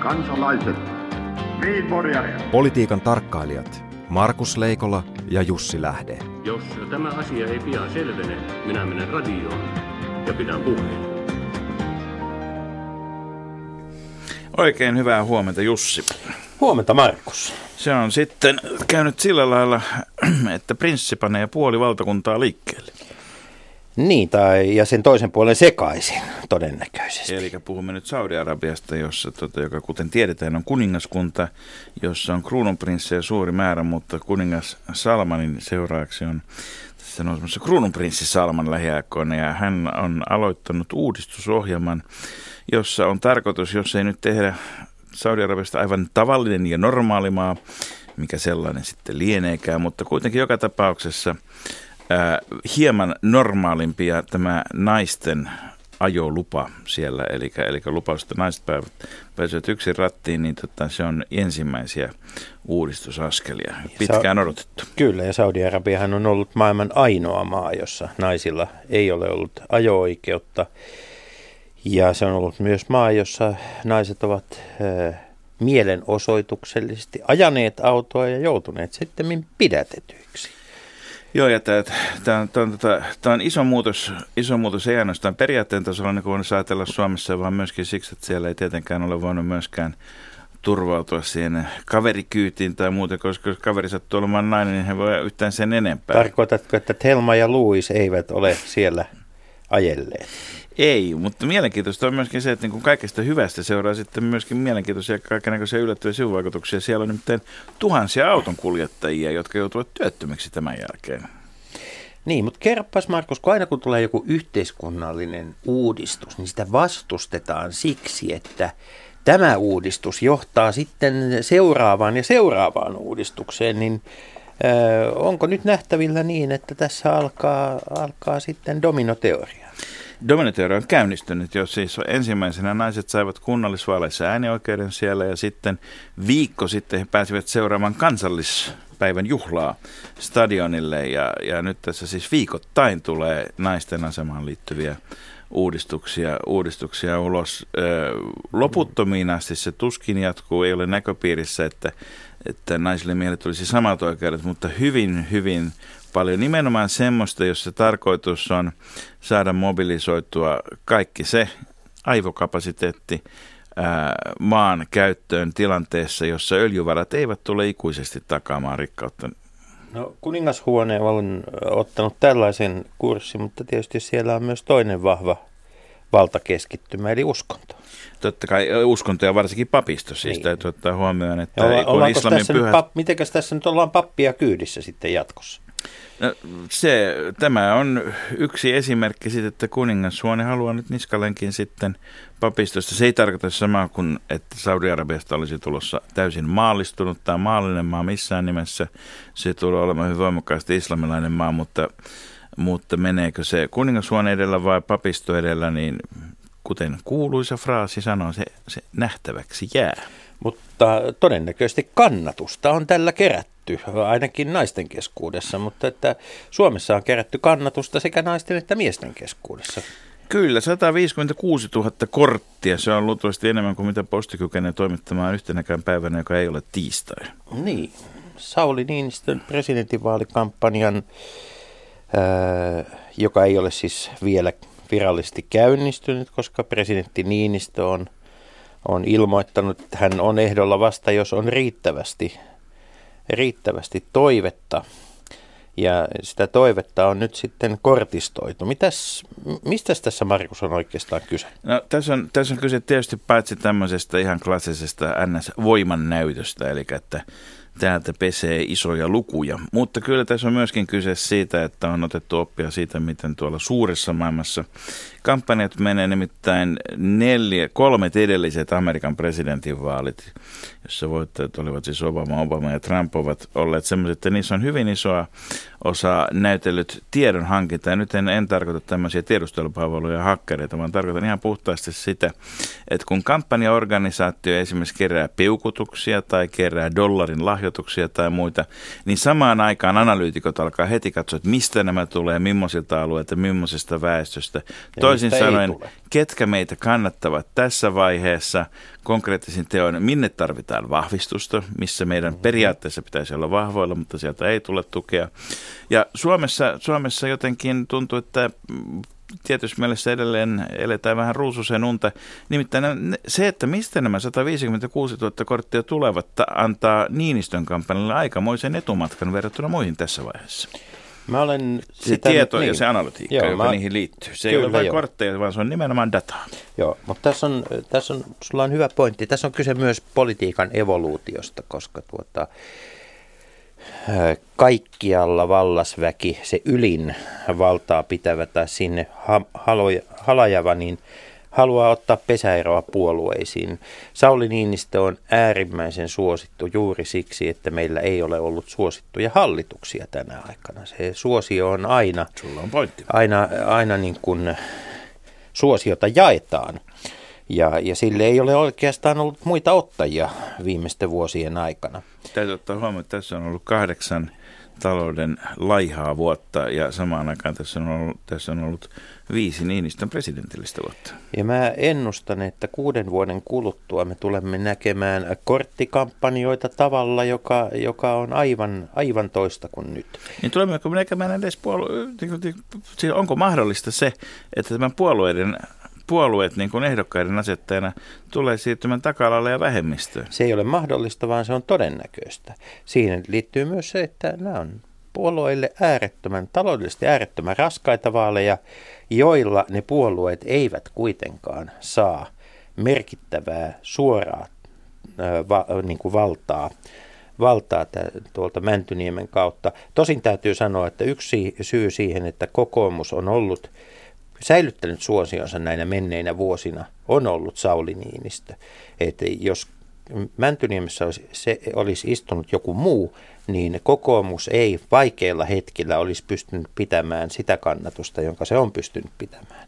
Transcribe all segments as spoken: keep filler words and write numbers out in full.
kansalaiset, politiikan tarkkailijat Markus Leikola ja Jussi Lähde. Jos tämä asia ei pian selvene, minä menen radioon ja pidän puheen. Oikein hyvää huomenta, Jussi. Huomenta, Markus. Se on sitten käynyt sillä lailla, että prinssi panee puoli valtakuntaa liikkeelle. Niin, tai ja sen toisen puolen sekaisin todennäköisesti. Eli puhumme nyt Saudi-Arabiasta, jossa, tota, joka kuten tiedetään on kuningaskunta, jossa on kruununprinssejä suuri määrä, mutta kuningas Salmanin seuraajaksi on tässä nousemassa kruununprinssi Salman lähiaikoina, ja hän on aloittanut uudistusohjelman, jossa on tarkoitus, jos ei nyt tehdä Saudi-Arabiasta aivan tavallinen ja normaali maa, mikä sellainen sitten lieneekään, mutta kuitenkin joka tapauksessa ää, hieman normaalimpia tämä naisten ajolupa siellä, eli, eli lupaus, että naiset pääsevät yksin rattiin, niin tota, se on ensimmäisiä uudistusaskelia, pitkään odotettu. Kyllä, ja Saudi-Arabiahan on ollut maailman ainoa maa, jossa naisilla ei ole ollut ajo-oikeutta. Ja se on ollut myös maa, jossa naiset ovat äh, mielenosoituksellisesti ajaneet autoa ja joutuneet sitten pidätetyiksi. Joo, ja tämä on, on iso muutos, iso muutos ei ainoastaan periaatteen tasolla, niin kuin voisi ajatella Suomessa, vaan myöskin siksi, että siellä ei tietenkään ole voinut myöskään turvautua siihen kaverikyytiin tai muuten, koska jos kaveri sattuu olemaan nainen, niin he voi yhtään sen enempää. Tarkoitatko, että Thelma ja Louis eivät ole siellä ajelleet? Ei, mutta mielenkiintoista on myöskin se, että niin kuin kaikesta hyvästä seuraa sitten myöskin mielenkiintoisia kaikenlaisia yllättäviä sivuvaikutuksia. Siellä on nimittäin tuhansia autonkuljettajia, jotka joutuvat työttömiksi tämän jälkeen. Niin, mutta kerropas Markus, kun aina kun tulee joku yhteiskunnallinen uudistus, niin sitä vastustetaan siksi, että tämä uudistus johtaa sitten seuraavaan ja seuraavaan uudistukseen, niin äh, onko nyt nähtävillä niin, että tässä alkaa, alkaa sitten dominoteoria? Dominoteoria on käynnistynyt, jos siis ensimmäisenä naiset saivat kunnallisvaaleissa äänioikeuden siellä ja sitten viikko sitten he pääsivät seuraamaan kansallispäivän juhlaa stadionille ja, ja nyt tässä siis viikoittain tulee naisten asemaan liittyviä uudistuksia, uudistuksia ulos. Loputtomiin asti se tuskin jatkuu, ei ole näköpiirissä, että, että naisille miehille tulisi samat oikeudet, mutta hyvin, hyvin paljon nimenomaan semmoista, jossa tarkoitus on saada mobilisoitua kaikki se aivokapasiteetti ää, maan käyttöön tilanteessa, jossa öljyvarat eivät tule ikuisesti takaamaan rikkautta. No, kuningashuone on ottanut tällaisen kurssin, mutta tietysti siellä on myös toinen vahva valtakeskittymä, eli uskonto. Totta kai uskonto ja varsinkin papisto, siis niin. Täytyy ottaa huomioon, että olla, kun islamin pyhät... Pap, mitenkäs tässä nyt ollaan pappia kyydissä sitten jatkossa? No, se, tämä on yksi esimerkki siitä, että kuningashuone haluaa nyt niskalenkin sitten papistosta. Se ei tarkoita samaa kuin, että Saudi-Arabiasta olisi tulossa täysin maallistunut tai maallinen maa missään nimessä. Se tulee olemaan hyvin voimakkaasti islamilainen maa, mutta, mutta meneekö se kuningashuone edellä vai papisto edellä, niin kuten kuuluisa fraasi sanoo, se, se nähtäväksi jää. Mutta todennäköisesti kannatusta on tällä kerätty, ainakin naisten keskuudessa, mutta että Suomessa on kerätty kannatusta sekä naisten että miesten keskuudessa. Kyllä, sata viisikymmentäkuusituhatta korttia, se on luultavasti enemmän kuin mitä Posti kykenee toimittamaan yhtenäkään päivänä, joka ei ole tiistai. Niin, Sauli Niinistön presidentinvaalikampanjan, ää, joka ei ole siis vielä virallisesti käynnistynyt, koska presidentti Niinistö on on ilmoittanut, että hän on ehdolla vasta, jos on riittävästi, riittävästi toivetta. Ja sitä toivetta on nyt sitten kortistoitu. Mitäs, mistäs tässä, Markus, on oikeastaan kyse? No, tässä, on, tässä on kyse tietysti paitsi tämmöisestä ihan klassisesta N S-voiman näytöstä, eli että täältä pesee isoja lukuja. Mutta kyllä tässä on myöskin kyse siitä, että on otettu oppia siitä, miten tuolla suuressa maailmassa kampanjat menee, nimittäin neljä, kolmet edelliset Amerikan presidentinvaalit, jossa voittajat olivat siis Obama, Obama ja Trump, ovat olleet sellaiset, että niissä on hyvin isoa osa näytellyt tiedon hankinta. Ja nyt en, en tarkoita tämmöisiä tiedustelupalveluja ja hakkereita, vaan tarkoitan ihan puhtaasti sitä, että kun kampanjaorganisaatio esimerkiksi kerää peukutuksia tai kerää dollarin lahjoituksia tai muita, niin samaan aikaan analyytikot alkaa heti katsoa, että mistä nämä tulee, millaisilta alueilta, millaisesta väestöstä. Ja Toisin sanoen, ketkä meitä kannattavat tässä vaiheessa konkreettisin teoin, minne tarvitaan vahvistusta, missä meidän periaatteessa pitäisi olla vahvoilla, mutta sieltä ei tule tukea. Ja Suomessa, Suomessa jotenkin tuntuu, että tietysti mielessä edelleen eletään vähän ruususen unta. Nimittäin se, että mistä nämä sata viisikymmentäkuusituhatta korttia tulevat, antaa Niinistön kampanjalle aikamoisen etumatkan verrattuna muihin tässä vaiheessa. Mä olen se sitä tieto niin. ja se analytiikka, joo, joka mä... niihin liittyy. Se Kyllä, ei ole vain kortteja, vaan se on nimenomaan dataa. Joo, mutta tässä on, tässä on, sulla on hyvä pointti. Tässä on kyse myös politiikan evoluutiosta, koska tuota, kaikkialla vallasväki, se ylin valtaa pitävä tai sinne halajava, niin haluaa ottaa pesäeroa puolueisiin. Sauli Niinistö on äärimmäisen suosittu juuri siksi, että meillä ei ole ollut suosittuja hallituksia tänä aikana. Se suosio on aina, Sulla on pointti. aina, aina niin kuin suosiota jaetaan. Ja, ja sille ei ole oikeastaan ollut muita ottajia viimeisten vuosien aikana. Täytyy ottaa huomioon, että tässä on ollut kahdeksan talouden laihaa vuotta ja samaan aikaan tässä on ollut, tässä on ollut viisi Niinistön presidentillistä vuotta. Ja mä ennustan, että kuuden vuoden kuluttua me tulemme näkemään korttikampanjoita tavalla, joka, joka on aivan, aivan toista kuin nyt. Niin tulemmeko me näkemään edes puolue- onko mahdollista se, että tämän puolueiden puolueet niin kuin ehdokkaiden asettajana tulee siirtymään taka-alalle ja vähemmistöön? Se ei ole mahdollista, vaan se on todennäköistä. Siihen liittyy myös se, että nämä on puolueille äärettömän, taloudellisesti äärettömän raskaita vaaleja, joilla ne puolueet eivät kuitenkaan saa merkittävää suoraa ää, va, niin kuin valtaa, valtaa tuolta Mäntyniemen kautta. Tosin täytyy sanoa, että yksi syy siihen, että kokoomus on ollut säilyttänyt suosionsa näinä menneinä vuosina, on ollut Sauli Niinistö. Että jos Mäntyniemessä olisi, se olisi istunut joku muu, niin kokoomus ei vaikeilla hetkillä olisi pystynyt pitämään sitä kannatusta, jonka se on pystynyt pitämään.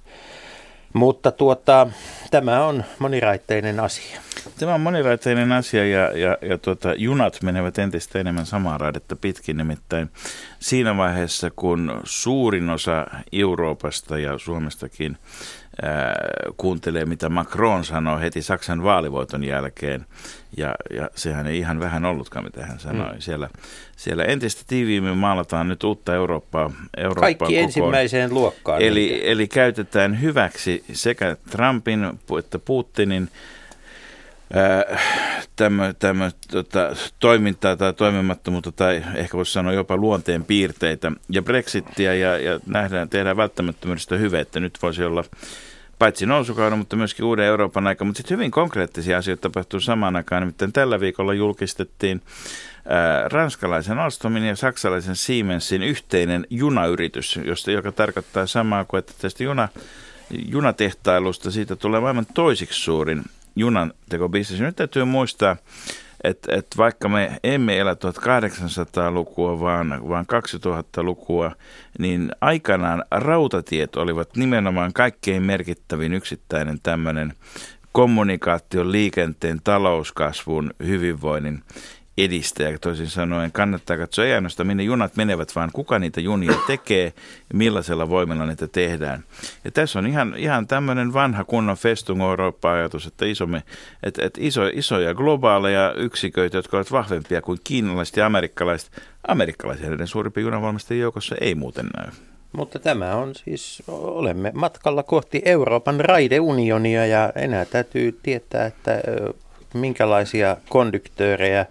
Mutta tuota, tämä on moniraiteinen asia. Tämä on moniraiteinen asia ja, ja, ja tuota, junat menevät entistä enemmän samaa raidetta pitkin. Nimittäin siinä vaiheessa, kun suurin osa Euroopasta ja Suomestakin ää, kuuntelee, mitä Macron sanoo heti Saksan vaalivoiton jälkeen, ja, ja sehän ei ihan vähän ollutkaan, mitä hän sanoi. Mm. Siellä, siellä entistä tiiviimmin maalataan nyt uutta Eurooppaa, Eurooppaa Kaikki kokoon. ensimmäiseen luokkaan. Eli, eli käytetään hyväksi sekä Trumpin että Putinin Tämä, tämä tota, toimintaa tai toimimattomuutta tai ehkä voisi sanoa jopa luonteen piirteitä ja Brexittiä ja, ja nähdään, tehdään välttämättömyydestä hyvä, että nyt voisi olla paitsi nousukauden, mutta myöskin uuden Euroopan aika, mutta sitten hyvin konkreettisia asioita tapahtuu samaan aikaan. Nimittäin tällä viikolla julkistettiin ää, ranskalaisen Alstomin ja saksalaisen Siemensin yhteinen junayritys, josta, joka tarkoittaa samaa kuin, että tästä juna, junatehtailusta siitä tulee maailman toisiksi suurin junan tekobisnes. Nyt täytyy muistaa, että, että vaikka me emme elä tuhatkahdeksansataalukua, vaan, vaan kaksituhattalukua, niin aikanaan rautatiet olivat nimenomaan kaikkein merkittävin yksittäinen tämmöinen kommunikaation, liikenteen, talouskasvun, hyvinvoinnin edistäjä. Toisin sanoen kannattaa katsoa ei ainoastaan minne junat menevät, vaan kuka niitä junia tekee ja millaisella voimalla niitä tehdään. Ja tässä on ihan, ihan tämmöinen vanha kunnon Festung Eurooppa-ajatus, että, isomme, että, että iso, isoja globaaleja yksiköitä, jotka ovat vahvempia kuin kiinalaiset ja amerikkalaiset. Amerikkalaisen suurimpien junanvalmistajien joukossa ei muuten näy. Mutta tämä on siis, olemme matkalla kohti Euroopan raideunionia ja enää täytyy tietää, että minkälaisia konduktöörejä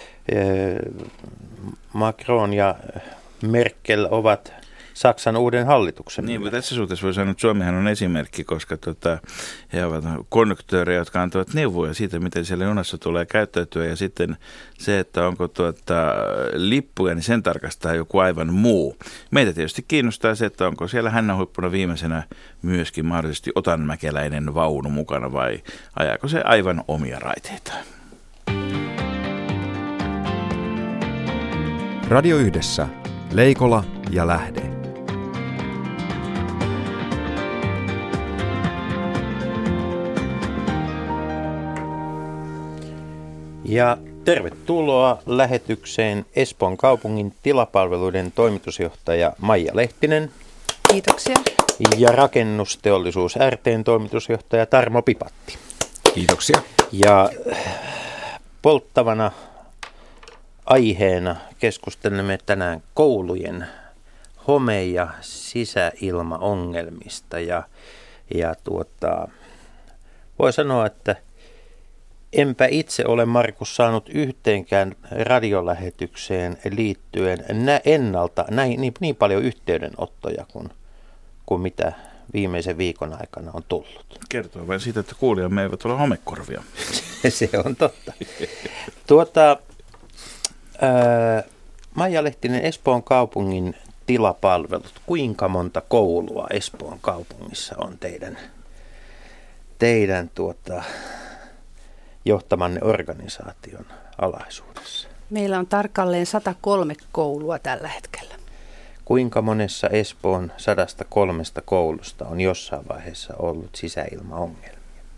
Macron ja Merkel ovat Saksan uuden hallituksen. Niin, mutta tässä suhteessa voi sanoa, että Suomihan on esimerkki, koska tota, he ovat konduktöörejä, jotka antavat neuvoja siitä, miten siellä junassa tulee käyttäytyä. Ja sitten se, että onko tuota, lippuja, niin sen tarkastaa joku aivan muu. Meitä tietysti kiinnostaa se, että onko siellä hännänhuippuna viimeisenä myöskin mahdollisesti otanmäkeläinen vaunu mukana vai ajaako se aivan omia raiteitaan. Radio Yhdessä. Leikola ja Lähde. Ja tervetuloa lähetykseen Espoon kaupungin tilapalveluiden toimitusjohtaja Maija Lehtinen. Kiitoksia. ja rakennusteollisuus r:n toimitusjohtaja Tarmo Pipatti. Kiitoksia. Ja polttavana aiheena keskustelemme tänään koulujen home- ja sisäilmaongelmista. Ja, ja tuota, voi sanoa, että enpä itse ole, Markus, saanut yhteenkään radiolähetykseen liittyen nä- ennalta näin, niin, niin paljon yhteydenottoja kuin, kuin mitä viimeisen viikon aikana on tullut. Kertoo vain siitä, että kuulijamme eivät ole homekorvia. Se on totta. Tuota, ää, Maija Lehtinen, Espoon kaupungin tilapalvelut. Kuinka monta koulua Espoon kaupungissa on teidän, teidän tuota, johtamanne organisaation alaisuudessa? Meillä on tarkalleen sata kolme koulua tällä hetkellä. Kuinka monessa Espoon sata kolme koulusta on jossain vaiheessa ollut sisäilmaongelmia?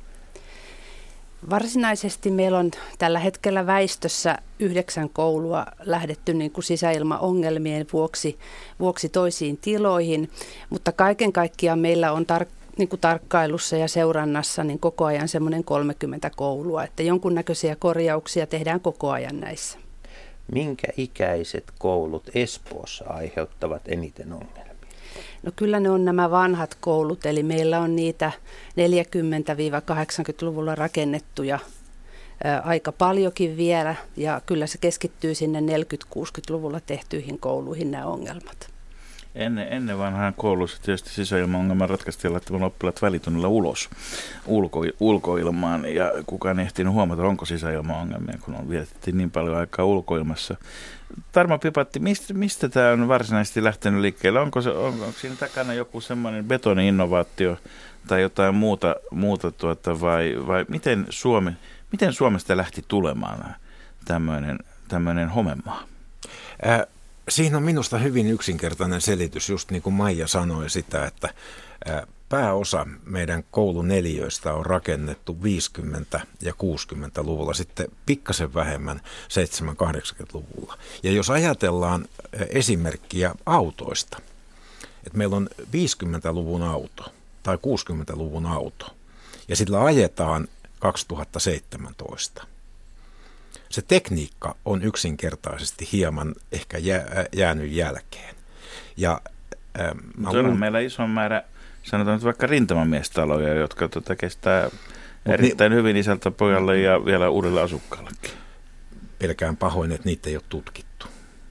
Varsinaisesti meillä on tällä hetkellä väistössä yhdeksän koulua lähdetty niin kuin sisäilmaongelmien vuoksi, vuoksi toisiin tiloihin, mutta kaiken kaikkiaan meillä on tar- niin kuin tarkkailussa ja seurannassa niin koko ajan semmoinen kolmekymmentä koulua, että jonkunnäköisiä korjauksia tehdään koko ajan näissä. Minkä ikäiset koulut Espoossa aiheuttavat eniten ongelmia? No kyllä ne on nämä vanhat koulut, eli meillä on niitä neljäkymmentä-kahdeksankymmentäluvulla rakennettuja ää, aika paljonkin vielä, ja kyllä se keskittyy sinne neljäkymmentä-kuusikymmentäluvulla tehtyihin kouluihin nämä ongelmat. Ennen, ennen vanhaan koulussa tietysti sisäilmaongelman ratkaistiin laittamalla oppilaat välitunnilla ulos ulko, ulkoilmaan, ja kukaan ei ehtinyt huomata, onko sisäilmaongelmia, kun on vietettiin niin paljon aikaa ulkoilmassa. Tarmo Pipatti, mistä, mistä tämä on varsinaisesti lähtenyt liikkeelle? Onko, se, on, onko siinä takana joku semmoinen betoni-innovaatio tai jotain muuta, muuta tuota, vai, vai miten, Suomi, miten Suomesta lähti tulemaan tämmöinen, tämmöinen homemaa? Ää, Siinä on minusta hyvin yksinkertainen selitys, just niin kuin Maija sanoi sitä, että pääosa meidän kouluneliöistä on rakennettu viisikymmentä- ja kuusikymmentäluvulla, sitten pikkasen vähemmän seitsemänkymmentä-kahdeksankymmentäluvulla. Ja jos ajatellaan esimerkkiä autoista, että meillä on viisikymmentäluvun auto tai kuusikymmentäluvun auto ja sillä ajetaan kaksituhattaseitsemäntoista. Se tekniikka on yksinkertaisesti hieman ehkä jää, jäänyt jälkeen. Ja, ähm, Mutta on meillä iso määrä, sanotaan nyt vaikka rintamamiestaloja, jotka tota kestää erittäin ni- hyvin isältä pojalle ja vielä uudelle asukkaallekin. Pelkään pahoin, että niitä ei ole tutkittu.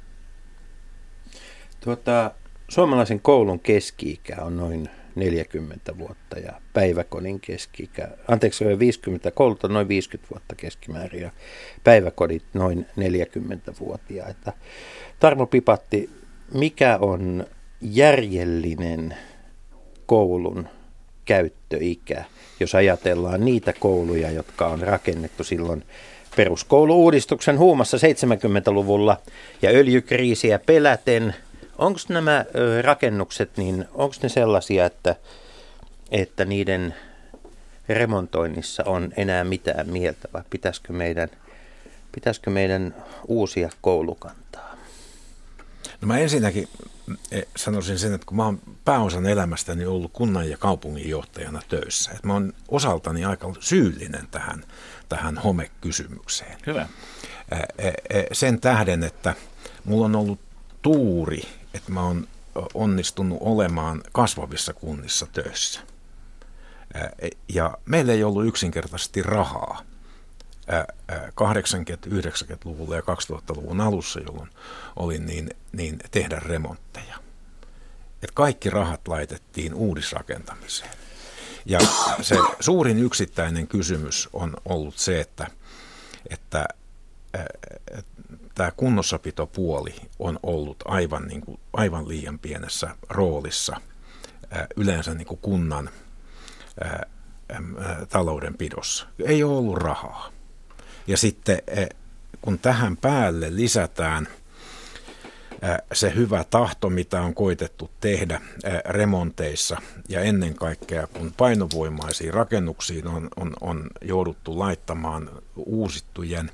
Tuota, suomalaisen koulun keski-ikä on noin neljäkymmentä vuotta ja päiväkodin keski-ikä, anteeksi, viisikymmentä, koulut on noin viisikymmentä vuotta keskimäärin ja päiväkodit noin neljäkymmentävuotiaita. Tarmo Pipatti, mikä on järjellinen koulun käyttöikä, jos ajatellaan niitä kouluja, jotka on rakennettu silloin peruskoulu-uudistuksen huumassa seitsemänkymmentäluvulla ja öljykriisiä peläten? Onko nämä rakennukset, niin onko ne sellaisia, että, että niiden remontoinnissa on enää mitään mieltä, vai pitäisikö meidän, pitäisikö meidän uusia koulukantaa? No mä ensinnäkin sanoisin sen, että kun mä oon pääosan elämästäni ollut kunnan ja kaupunginjohtajana töissä, että mä oon osaltani aika syyllinen tähän, tähän homekysymykseen. Hyvä. Sen tähden, että mulla on ollut tuuri, että mä oon onnistunut olemaan kasvavissa kunnissa töissä. Ja meillä ei ollut yksinkertaisesti rahaa kahdeksankymmentä-, yhdeksänkymmentäluvulla ja kaksituhattaluvun alussa, jolloin oli niin, niin tehdä remontteja. Et kaikki rahat laitettiin uudisrakentamiseen. Ja se suurin yksittäinen kysymys on ollut se, että, että tämä kunnossapitopuoli on ollut aivan, niin kuin, aivan liian pienessä roolissa yleensä niin kuin kunnan ää, ää, taloudenpidossa. Ei ole ollut rahaa. Ja sitten kun tähän päälle lisätään se hyvä tahto, mitä on koitettu tehdä remonteissa ja ennen kaikkea kun painovoimaisiin rakennuksiin on, on, on jouduttu laittamaan uusittujen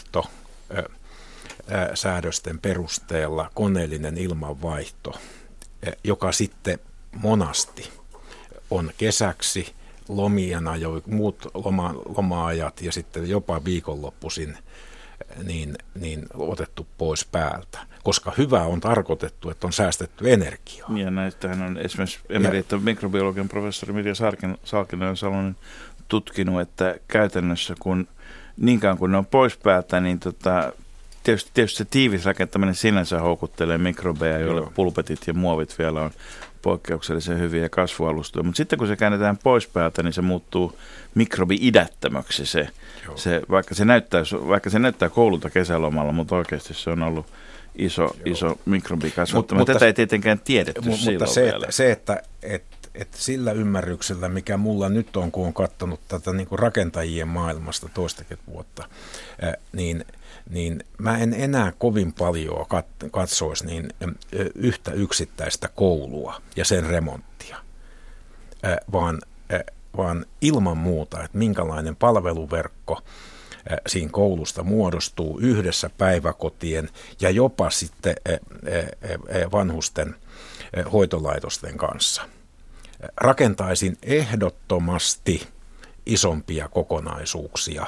ilmanvaihtosäädösten perusteella koneellinen ilmanvaihto joka sitten monasti on kesäksi, lomien ajoi, muut loma, loma-ajat ja sitten jopa viikonloppuisin niin, niin otettu pois päältä, koska hyvä on tarkoitettu, että on säästetty energiaa. Ja näistähän on esimerkiksi emerita mikrobiologian professori Mirja Salkinen-Salonen tutkinut, että käytännössä kun niinkään kun ne on pois päältä, niin tota, tietysti, tietysti se tiivis rakentaminen sinänsä houkuttelee mikrobeja, joille Joo. pulpetit ja muovit vielä on poikkeuksellisen hyviä kasvualustoja. Mutta sitten kun se käännetään pois päältä, niin se muuttuu mikrobi-idättömäksi. Se, se, vaikka, se näyttää, vaikka se näyttää koululta kesälomalla, mutta oikeasti se on ollut iso, iso mikrobikasvattama. Mut, mutta tätä ei tietenkään tiedetty mu, silloin mutta se, vielä. Että, se, että et, et sillä ymmärryksellä, mikä mulla nyt on, kun on katsonut tätä niin kuin rakentajien maailmasta toistakin vuotta, ää, niin niin mä en enää kovin paljon kat- katsoisi niin yhtä yksittäistä koulua ja sen remonttia, äh, vaan, äh, vaan ilman muuta, että minkälainen palveluverkko äh, siinä koulusta muodostuu yhdessä päiväkotien ja jopa sitten äh, äh, vanhusten äh, hoitolaitosten kanssa. Rakentaisin ehdottomasti isompia kokonaisuuksia,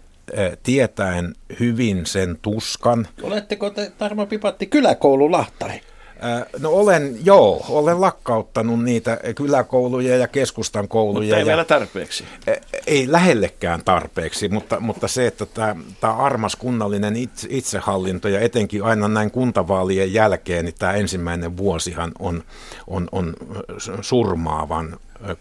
tietäen hyvin sen tuskan. Oletteko te, Tarmo Pipatti, kyläkoululahtari? No olen, joo, olen lakkauttanut niitä kyläkouluja ja keskustan kouluja. Mutta ei ja, vielä tarpeeksi. Ei lähellekään tarpeeksi, mutta, mutta se, että tämä, tämä armas kunnallinen itse, itsehallinto ja etenkin aina näin kuntavaalien jälkeen, niin tämä ensimmäinen vuosihan on, on, on surmaavan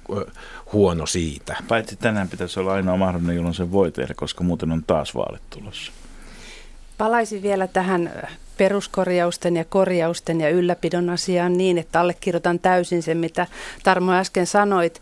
huono siitä. Paitsi tänään pitäisi olla ainoa mahdollinen, jolloin se voi tehdä, koska muuten on taas vaalit tulossa. Palaisin vielä tähän peruskorjausten ja korjausten ja ylläpidon asiaan niin, että allekirjoitan täysin sen, mitä Tarmo äsken sanoit,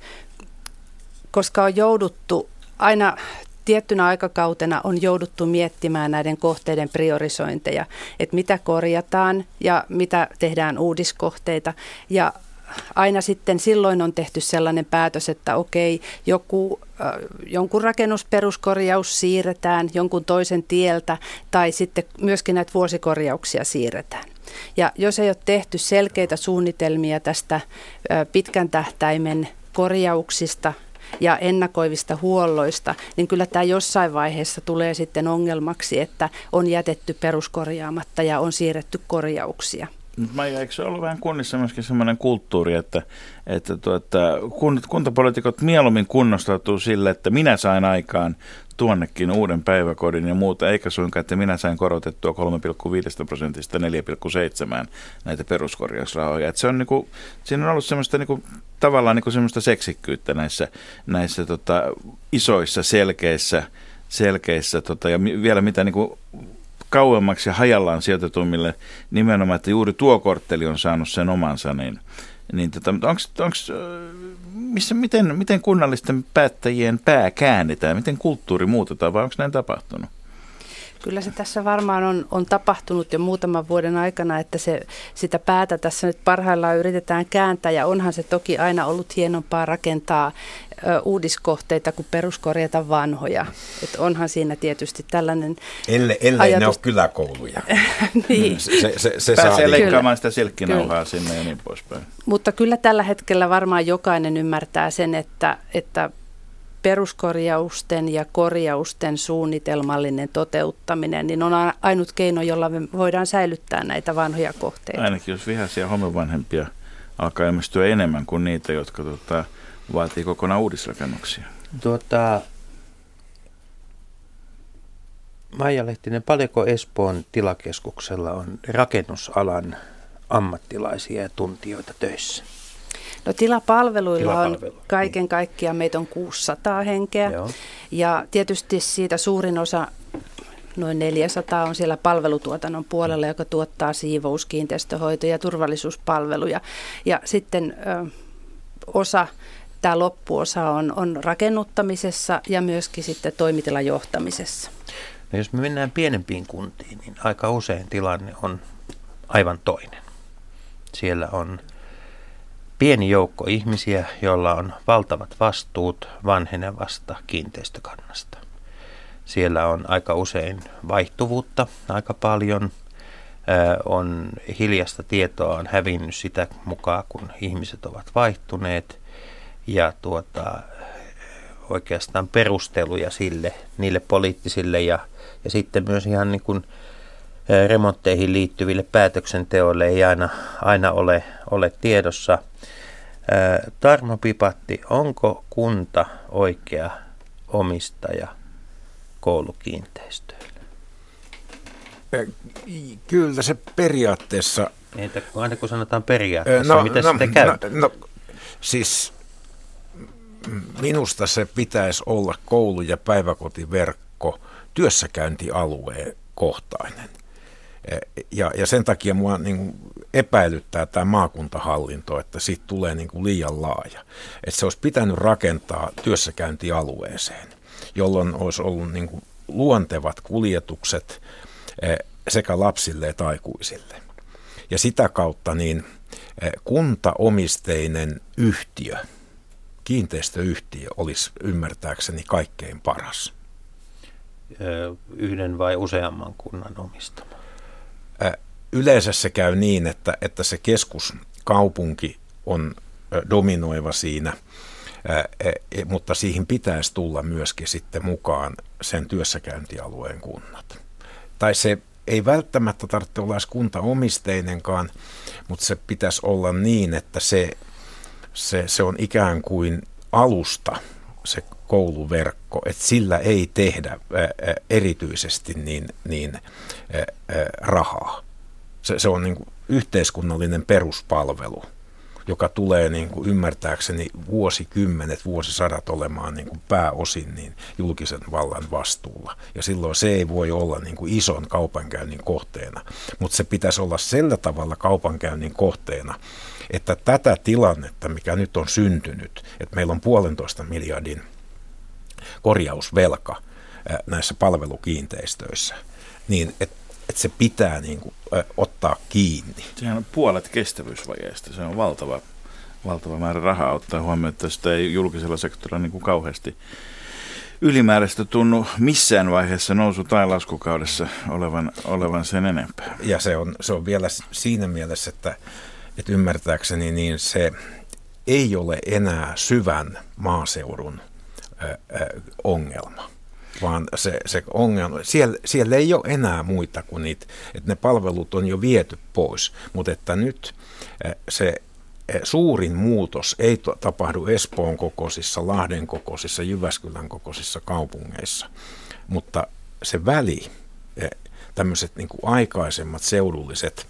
koska on jouduttu aina tiettynä aikakautena on jouduttu miettimään näiden kohteiden priorisointeja, että mitä korjataan ja mitä tehdään uudiskohteita ja aina sitten silloin on tehty sellainen päätös, että okei, joku, äh, jonkun rakennusperuskorjaus siirretään jonkun toisen tieltä tai sitten myöskin näitä vuosikorjauksia siirretään. Ja jos ei ole tehty selkeitä suunnitelmia tästä äh, pitkän tähtäimen korjauksista ja ennakoivista huolloista, niin kyllä tämä jossain vaiheessa tulee sitten ongelmaksi, että on jätetty peruskorjaamatta ja on siirretty korjauksia. Maija, eikö se ollut vähän kunnissa myöskin sellainen kulttuuri, että, että tuota, kuntapoliitikot mieluummin kunnostautuu sille, että minä sain aikaan tuonnekin uuden päiväkodin ja muuta, eikä suinkaan, että minä sain korotettua kolme pilkku viisi prosentista neljä pilkku seitsemän näitä peruskorjausrahoja. Että se on niinku, siinä on ollut semmoista niinku, tavallaan niinku semmoista seksikkyyttä näissä, näissä tota, isoissa selkeissä, selkeissä tota, ja vielä mitä niinku kauemmaksi ja hajallaan sijoitetummille nimenomaan, että juuri tuo kortteli on saanut sen omansa, niin, niin tota, onks, onks, missä, miten, miten kunnallisten päättäjien pää käännetään, miten kulttuuri muutetaan vai onko näin tapahtunut? Kyllä se tässä varmaan on, on tapahtunut jo muutaman vuoden aikana, että se, sitä päätä tässä nyt parhaillaan yritetään kääntää ja onhan se toki aina ollut hienompaa rakentaa ö, uudiskohteita kuin peruskorjata vanhoja. Et onhan siinä tietysti tällainen Elle, ellei ajatus... ne ole kyläkouluja. Niin. se, se, se, se Pääsee leikkaamaan sitä silkkinauhaa sinne ja niin poispäin. Mutta kyllä tällä hetkellä varmaan jokainen ymmärtää sen, että, että peruskorjausten ja korjausten suunnitelmallinen toteuttaminen niin on ainut keino, jolla me voidaan säilyttää näitä vanhoja kohteita. Ainakin jos vihaisia homevanhempia alkaa ilmestyä enemmän kuin niitä, jotka tota, vaatii kokonaan uudisrakennuksia. Tuota, Maija Lehtinen, paljonko Espoon tilakeskuksella on rakennusalan ammattilaisia ja tuntijoita töissä? No tilapalveluilla Tilapalvelu, on kaiken kaikkiaan, meitä on kuusisataa henkeä. Joo. Ja tietysti siitä suurin osa, noin neljäsataa on siellä palvelutuotannon puolella, joka tuottaa siivous, kiinteistöhoito ja turvallisuuspalveluja. Ja sitten ö, osa, tämä loppuosa on, on rakennuttamisessa ja myöskin sitten toimitilan johtamisessa. No jos me mennään pienempiin kuntiin, niin aika usein tilanne on aivan toinen. Siellä on pieni joukko ihmisiä, joilla on valtavat vastuut vanhenevasta kiinteistökannasta. Siellä on aika usein vaihtuvuutta aika paljon. on hiljasta tietoa on hävinnyt sitä mukaan, kun ihmiset ovat vaihtuneet ja tuota, oikeastaan perusteluja sille, niille poliittisille ja, ja sitten myös ihan niin kuin remontteihin liittyville päätöksenteoille ei aina, aina ole, ole tiedossa. Tarmo Pipatti, onko kunta oikea omistaja koulukiinteistöille? Kyllä se periaatteessa... Entä, aina kun sanotaan periaatteessa, no, mitä no, sitten käy? No, no, siis minusta se pitäisi olla koulu- ja päiväkotiverkko työssäkäyntialueen kohtainen. Ja, ja sen takia mua niin kuin epäilyttää tämä maakuntahallinto, että siitä tulee niin kuin liian laaja. Että se olisi pitänyt rakentaa työssäkäyntialueeseen, jolloin olisi ollut niin kuin luontevat kuljetukset sekä lapsille että aikuisille. Ja sitä kautta niin kuntaomisteinen yhtiö, kiinteistöyhtiö olisi ymmärtääkseni kaikkein paras. Yhden vai useamman kunnan omistama? Yleensä se käy niin, että, että se keskuskaupunki on dominoiva siinä, mutta siihen pitäisi tulla myöskin sitten mukaan sen työssäkäyntialueen kunnat. Tai se ei välttämättä tarvitse olla edes kuntaomisteinenkaan, mutta se pitäisi olla niin, että se, se, se on ikään kuin alusta, se kouluverkko, että sillä ei tehdä erityisesti niin, niin rahaa. Se, se on niin kuin yhteiskunnallinen peruspalvelu, joka tulee niin kuin ymmärtääkseni vuosikymmenet, vuosisadat olemaan niin kuin pääosin niin julkisen vallan vastuulla. Ja silloin se ei voi olla niin kuin ison kaupankäynnin kohteena, mutta se pitäisi olla sillä tavalla kaupankäynnin kohteena, että tätä tilannetta, mikä nyt on syntynyt, että meillä on puolentoista miljardin korjausvelka näissä palvelukiinteistöissä, niin että et se pitää niin kuin, ö, ottaa kiinni. Sehän on puolet kestävyysvajeesta. Se on valtava, valtava määrä rahaa ottaa huomioon, että sitä ei julkisella sektorilla niin kuin kauheasti ylimääräistä tunnu missään vaiheessa nousu- tai laskukaudessa olevan, olevan sen enempää. Ja se on, se on vielä siinä mielessä, että, että ymmärtääkseni niin se ei ole enää syvän maaseudun ö, ö, ongelma. Vaan se, se ongelma, siellä, siellä ei ole enää muita kuin niitä, että ne palvelut on jo viety pois, mutta että nyt se suurin muutos ei tapahdu Espoon kokoisissa, Lahden kokoisissa, Jyväskylän kokoisissa kaupungeissa, mutta se väli, tämmöiset niin kuin aikaisemmat seudulliset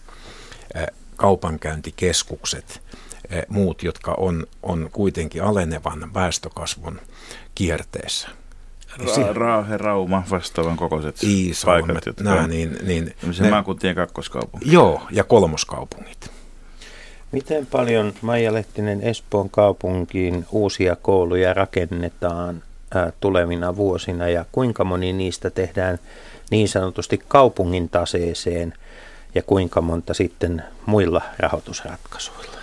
kaupankäyntikeskukset, muut, jotka on, on kuitenkin alenevan väestökasvun kierteessä. Ra- Raahe, Rauma, vastaavan kokoiset paikat, jotka nämä, niin, niin, ne, maakuntien kakkoskaupunki. Joo, ja kolmoskaupungit. Miten paljon, Maija Lehtinen, Espoon kaupunkiin uusia kouluja rakennetaan ää, tulevina vuosina ja kuinka moni niistä tehdään niin sanotusti kaupungin taseeseen ja kuinka monta sitten muilla rahoitusratkaisuilla?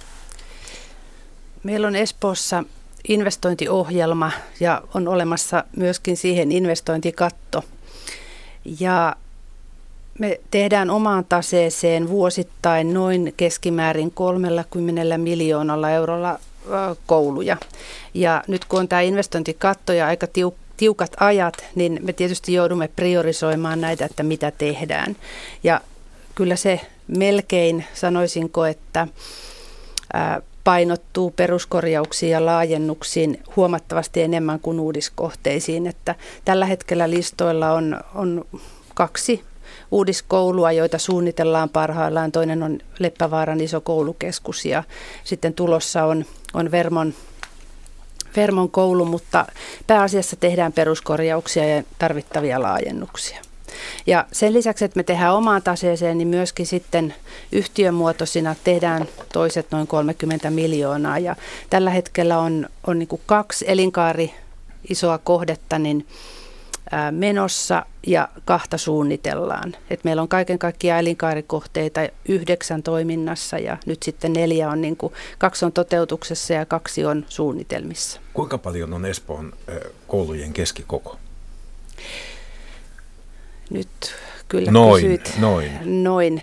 Meillä on Espoossa investointiohjelma ja on olemassa myöskin siihen investointikatto. Ja me tehdään omaan taseeseen vuosittain noin keskimäärin kolmekymmentä miljoonalla eurolla kouluja. Ja nyt kun on tämä investointikatto ja aika tiukat ajat, niin me tietysti joudumme priorisoimaan näitä, että mitä tehdään. Ja kyllä se melkein, sanoisinko, että painottuu peruskorjauksiin ja laajennuksiin huomattavasti enemmän kuin uudiskohteisiin. Että tällä hetkellä listoilla on, on kaksi uudiskoulua, joita suunnitellaan parhaillaan. Toinen on Leppävaaran iso koulukeskus ja sitten tulossa on, on Vermon, Vermon koulu, mutta pääasiassa tehdään peruskorjauksia ja tarvittavia laajennuksia. Ja sen lisäksi, että me tehdään omaan taseeseen, niin myöskin sitten yhtiömuotoisina tehdään toiset noin kolmekymmentä miljoonaa. Ja tällä hetkellä on, on niin kuin kaksi elinkaari isoa kohdetta niin, ää, menossa ja kahta suunnitellaan. Et meillä on kaiken kaikkiaan elinkaarikohteita yhdeksän toiminnassa ja nyt sitten neljä on, niin kuin, kaksi on toteutuksessa ja kaksi on suunnitelmissa. Kuinka paljon on Espoon ä, koulujen keskikoko? Nyt kyllä noin, kysyit. Noin. Noin.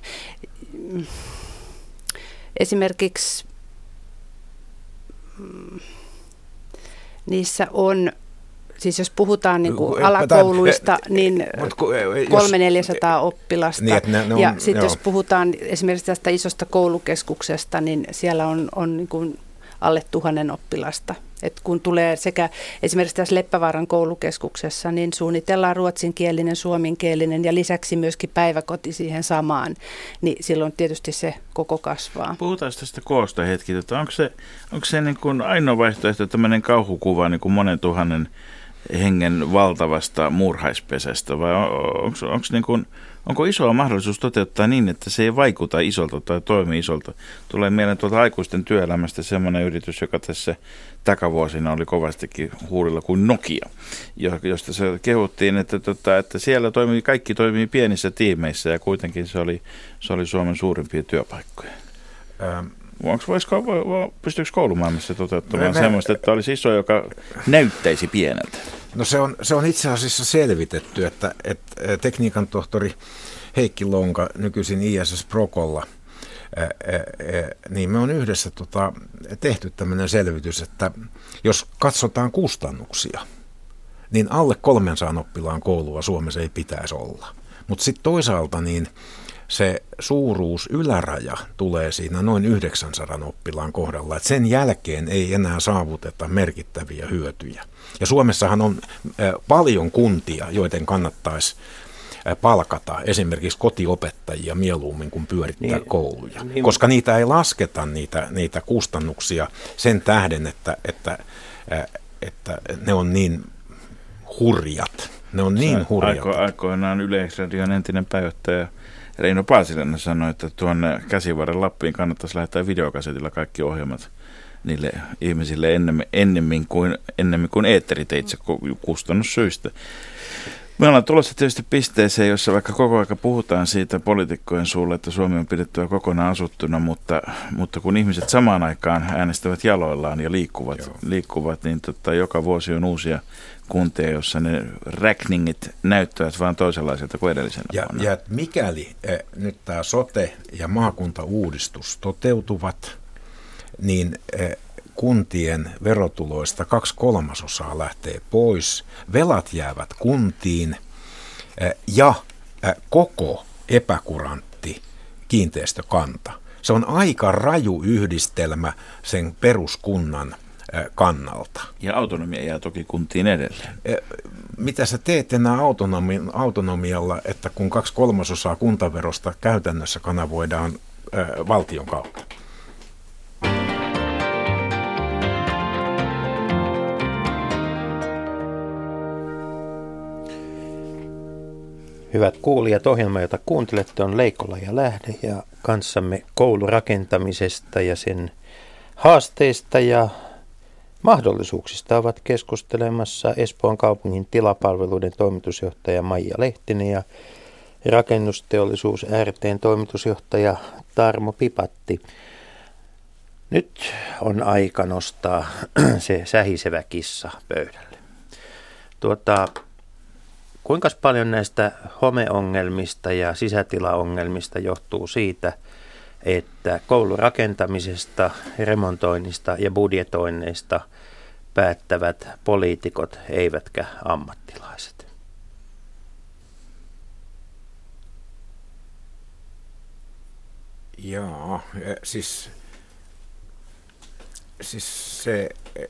Esimerkiksi niissä on, siis jos puhutaan niin kuin alakouluista, niin kolme neljäsataa oppilasta. Niin, ne, ne on, ja sitten jos puhutaan esimerkiksi tästä isosta koulukeskuksesta, niin siellä on, on niin kuin alle tuhannen oppilasta. Et kun tulee sekä esimerkiksi tässä Leppävaaran koulukeskuksessa, niin suunnitellaan ruotsinkielinen, suomenkielinen ja lisäksi myöskin päiväkoti siihen samaan, niin silloin tietysti se koko kasvaa. Puhutaan tästä koosta hetki. Onko se, onko se niin kuin ainoa vaihtoehto tämmöinen kauhukuva niin kuin monen tuhannen hengen valtavasta murhaispesästä vai on, onko, onko, niin kuin, onko isoa mahdollisuus toteuttaa niin, että se ei vaikuta isolta tai toimi isolta? Tulee mieleen tuolta aikuisten työelämästä semmoinen yritys, joka tässä takavuosina oli kovastikin huulilla kuin Nokia, josta se kehuttiin, että, tota, että siellä toimii, kaikki toimii pienissä tiimeissä ja kuitenkin se oli, se oli Suomen suurimpia työpaikkoja. Ähm. Onko, voisiko, pystyykö koulumaailmassa toteuttamaan me, semmoista, että olisi iso, joka näyttäisi pieneltä? No se on, se on itse asiassa selvitetty, että, että tekniikan tohtori Heikki Lonka nykyisin I S S Prokolla, ää, ää, niin me on yhdessä tota, tehty tämmöinen selvitys, että jos katsotaan kustannuksia, niin alle kolmensadan oppilaan koulua Suomessa ei pitäisi olla. Mutta sitten toisaalta niin se suuruus yläraja tulee siinä noin yhdeksänsadan oppilaan kohdalla, että sen jälkeen ei enää saavuteta merkittäviä hyötyjä. Ja Suomessahan on paljon kuntia, joiden kannattaisi palkata esimerkiksi kotiopettajia mieluummin kuin pyörittää niin, kouluja, niin, koska niitä ei lasketa niitä, niitä kustannuksia sen tähden, että, että, että ne on niin hurjat. Ne on niin hurjat. Aiko, aikoinaan Yleisradion entinen päivittäjä Reino Paasilainen sanoi, että tuonne Käsivarren Lappiin kannattaisi lähettää videokasetilla kaikki ohjelmat niille ihmisille ennemmin, ennemmin kuin, ennemmin kuin eetteriteitse kustannussyistä. Me ollaan tulossa tietysti pisteeseen, jossa vaikka koko aika puhutaan siitä poliitikkojen suulla, että Suomi on pidettävä kokonaan asuttuna, mutta, mutta kun ihmiset samaan aikaan äänestävät jaloillaan ja liikkuvat, liikkuvat niin tota, joka vuosi on uusia kuntia, jossa ne räkningit näyttävät vaan toisenlaiselta kuin edellisenä ja, vuonna. Ja mikäli eh, nyt tämä sote- ja maakuntauudistus toteutuvat, niin eh, kuntien verotuloista kaksi kolmasosaa lähtee pois, velat jäävät kuntiin eh, ja eh, koko epäkurantti kiinteistökanta. Se on aika raju yhdistelmä sen peruskunnan kannalta. Ja autonomia jää toki kuntiin edelleen. Mitä sä teet enää autonomi- autonomialla, että kun kaksi kolmasosaa kuntaverosta käytännössä kanavoidaan ää, valtion kautta? Hyvät kuulijat, ohjelma, jota kuuntelette, on Leikola ja Lähde ja kanssamme koulurakentamisesta ja sen haasteista ja mahdollisuuksista ovat keskustelemassa Espoon kaupungin tilapalveluiden toimitusjohtaja Maija Lehtinen ja rakennusteollisuus R:n toimitusjohtaja Tarmo Pipatti. Nyt on aika nostaa se sähisevä kissa pöydälle. Tuota, kuinka paljon näistä homeongelmista ja sisätilaongelmista johtuu siitä, että koulurakentamisesta, remontoinnista ja budjetoinneista päättävät poliitikot eivätkä ammattilaiset? Joo, siis, siis se,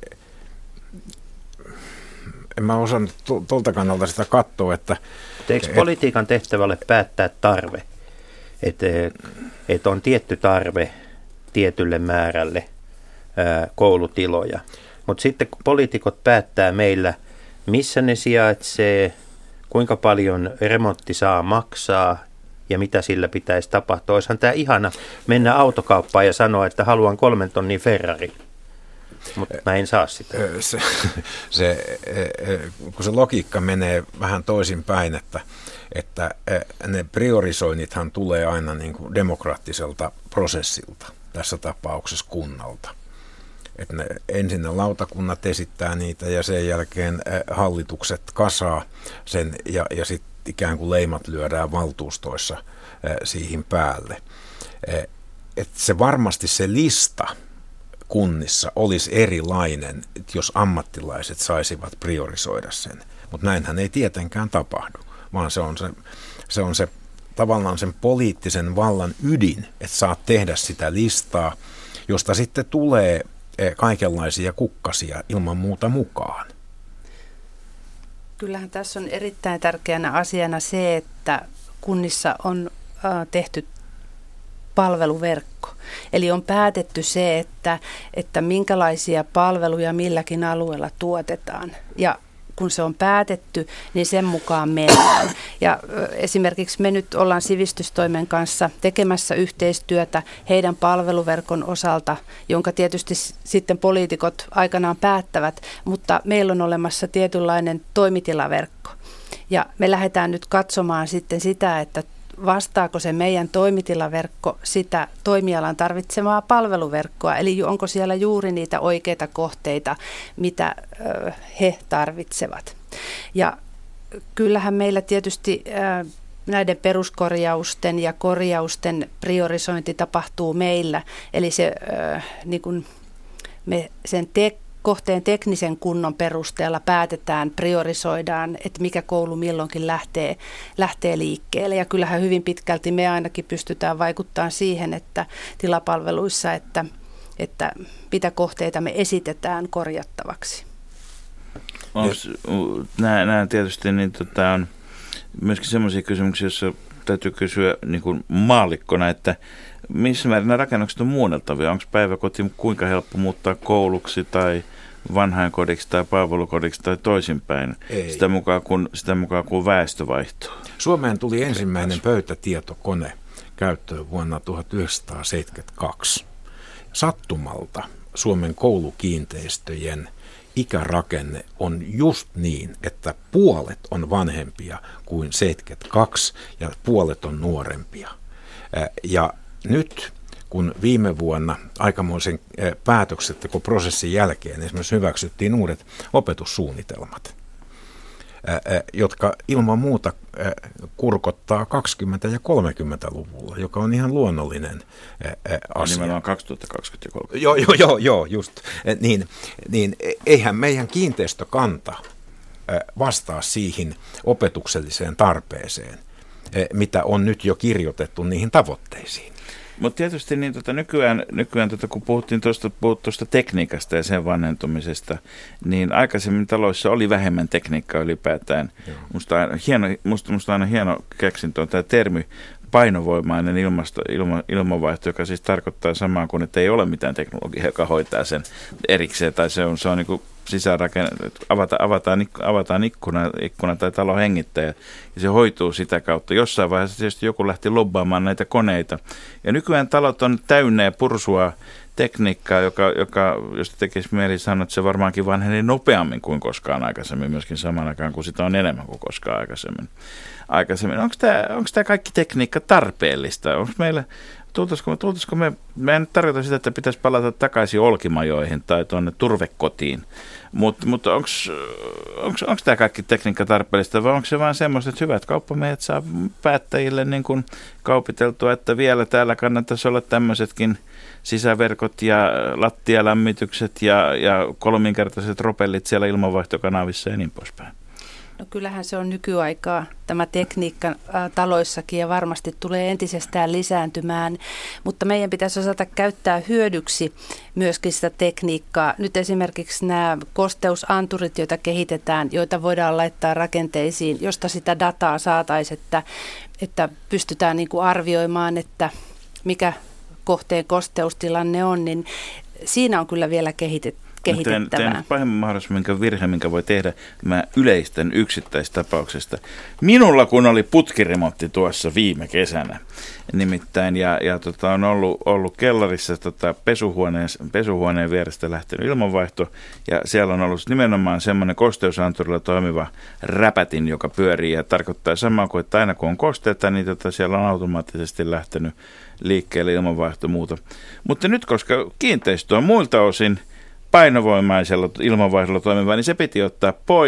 en mä osannut tuolta kannalta sitä katsoa, että eikö politiikan tehtävä ole päättää tarve? Että et on tietty tarve tietylle määrälle ää, koulutiloja. Mutta sitten kun poliitikot päättää meillä, missä ne sijaitsee, kuinka paljon remontti saa maksaa ja mitä sillä pitäisi tapahtua. Olisihan tämä ihana mennä autokauppaan ja sanoa, että haluan kolmen tonnin Ferrari. Mutta mä en saa sitä. Se, se, kun se logiikka menee vähän toisinpäin, että, että ne priorisoinnithan tulee aina niin kuin demokraattiselta prosessilta, tässä tapauksessa kunnalta. Että ne, ensin ne lautakunnat esittää niitä ja sen jälkeen hallitukset kasaa sen ja, ja sitten ikään kuin leimat lyödään valtuustoissa siihen päälle. Että se varmasti se lista kunnissa olisi erilainen, jos ammattilaiset saisivat priorisoida sen. Mutta näinhän ei tietenkään tapahdu, vaan se on se, se on se tavallaan sen poliittisen vallan ydin, että saat tehdä sitä listaa, josta sitten tulee kaikenlaisia kukkasia ilman muuta mukaan. Kyllähän tässä on erittäin tärkeänä asiana se, että kunnissa on äh, tehty palveluverkko. Eli on päätetty se, että, että minkälaisia palveluja milläkin alueella tuotetaan. Ja kun se on päätetty, niin sen mukaan mennään. Ja esimerkiksi me nyt ollaan sivistystoimen kanssa tekemässä yhteistyötä heidän palveluverkon osalta, jonka tietysti sitten poliitikot aikanaan päättävät, mutta meillä on olemassa tietynlainen toimitilaverkko. Ja me lähdetään nyt katsomaan sitten sitä, että vastaako se meidän toimitilaverkko sitä toimialan tarvitsemaa palveluverkkoa, eli onko siellä juuri niitä oikeita kohteita, mitä he tarvitsevat. Ja kyllähän meillä tietysti näiden peruskorjausten ja korjausten priorisointi tapahtuu meillä, eli se, niin kuin me sen te- kohteen teknisen kunnon perusteella päätetään, priorisoidaan, että mikä koulu milloinkin lähtee, lähtee liikkeelle. Ja kyllähän hyvin pitkälti me ainakin pystytään vaikuttamaan siihen, että tilapalveluissa, että, että mitä kohteita me esitetään korjattavaksi. Nämä tietysti niin, tota, on myöskin sellaisia kysymyksiä, joissa täytyy kysyä niin kuin maallikkona, että missä määrin nämä rakennukset on muunneltavia? Onko päiväkoti kuinka helppo muuttaa kouluksi tai vanhainkodiksi tai palvelukodiksi tai toisinpäin, sitä mukaan, kun, sitä mukaan kun väestö vaihtuu? Suomeen tuli ensimmäinen pöytätietokone käyttöön vuonna tuhatyhdeksänsataaseitsemänkymmentäkaksi. Sattumalta Suomen koulukiinteistöjen ikärakenne on just niin, että puolet on vanhempia kuin seitsemänkymmentäkaksi ja puolet on nuorempia. Ja nyt kun viime vuonna aikamoisen päätöksentekoprosessin jälkeen esimerkiksi hyväksyttiin uudet opetussuunnitelmat, jotka ilman muuta kurkottaa kaksikymmentä- ja kolmekymmentäluvulla, joka on ihan luonnollinen asia. Nimenomaan kaksituhattakaksikymmentä ja kolmekymmentä. Joo, joo, joo, joo just. Niin, niin eihän meidän kiinteistökanta vastaa siihen opetukselliseen tarpeeseen, mitä on nyt jo kirjoitettu niihin tavoitteisiin. Mutta tietysti niin tota, nykyään, nykyään tota, kun puhuttiin tuosta, tuosta tekniikasta ja sen vanhentumisesta, niin aikaisemmin taloissa oli vähemmän tekniikkaa ylipäätään. Musta, aina, hieno, musta, musta aina hieno keksintö on tämä termi painovoimainen ilmasto, ilma, ilmanvaihto, joka siis tarkoittaa samaa kuin, että ei ole mitään teknologiaa, joka hoitaa sen erikseen, tai se on, se on niin kuin sisäänrakennettu, avata, avataan, avataan ikkuna, ikkuna tai talo hengittäjä, ja se hoituu sitä kautta. Jossain vaiheessa tietysti joku lähti lobbaamaan näitä koneita, ja nykyään talot on täynnä ja pursua tekniikkaa, joka, joka josta tekisi mieli sanoa, että se varmaankin vanhenee nopeammin kuin koskaan aikaisemmin, myöskin samaan aikaan, kun sitä on enemmän kuin koskaan aikaisemmin. aikaisemmin. Onko tämä, onko tämä kaikki tekniikka tarpeellista? Onko meillä, tultaisiko, tultaisiko me, mä en tarkoita sitä, että pitäisi palata takaisin olkimajoihin tai tuonne turvekotiin, Mut, mutta onko tämä kaikki tekniikka tarpeellista vai onko se vaan semmoista, että hyvät kauppamiehet saa päättäjille niin kuin kaupiteltua, että vielä täällä kannattaisi olla tämmöisetkin sisäverkot ja lattialämmitykset ja, ja kolminkertaiset propellit siellä ilmanvaihtokanavissa ja niin poispäin? No kyllähän se on nykyaikaa, tämä tekniikka ä, taloissakin ja varmasti tulee entisestään lisääntymään, mutta meidän pitäisi osata käyttää hyödyksi myöskin sitä tekniikkaa. Nyt esimerkiksi nämä kosteusanturit, joita kehitetään, joita voidaan laittaa rakenteisiin, josta sitä dataa saataisiin, että, että pystytään niin kuin arvioimaan, että mikä kohteen kosteustilanne on, niin siinä on kyllä vielä kehitetty. Teen, teen pahemman mahdollisimman virhe, minkä voi tehdä mä yleisten yksittäistapauksesta. Minulla kun oli putkiremontti tuossa viime kesänä, nimittäin, ja, ja tota, on ollut, ollut kellarissa tota, pesuhuoneen, pesuhuoneen vierestä lähtenyt ilmanvaihto, ja siellä on ollut nimenomaan semmoinen kosteusanturilla toimiva räpätin, joka pyörii, ja tarkoittaa samaa kuin, että aina kun on kosteita, niin tota, siellä on automaattisesti lähtenyt liikkeelle ilmanvaihto muuta. Mutta nyt, koska kiinteistö on muilta osin painovoimaisella ilmanvaihdolla toimiva, niin se piti ottaa pois.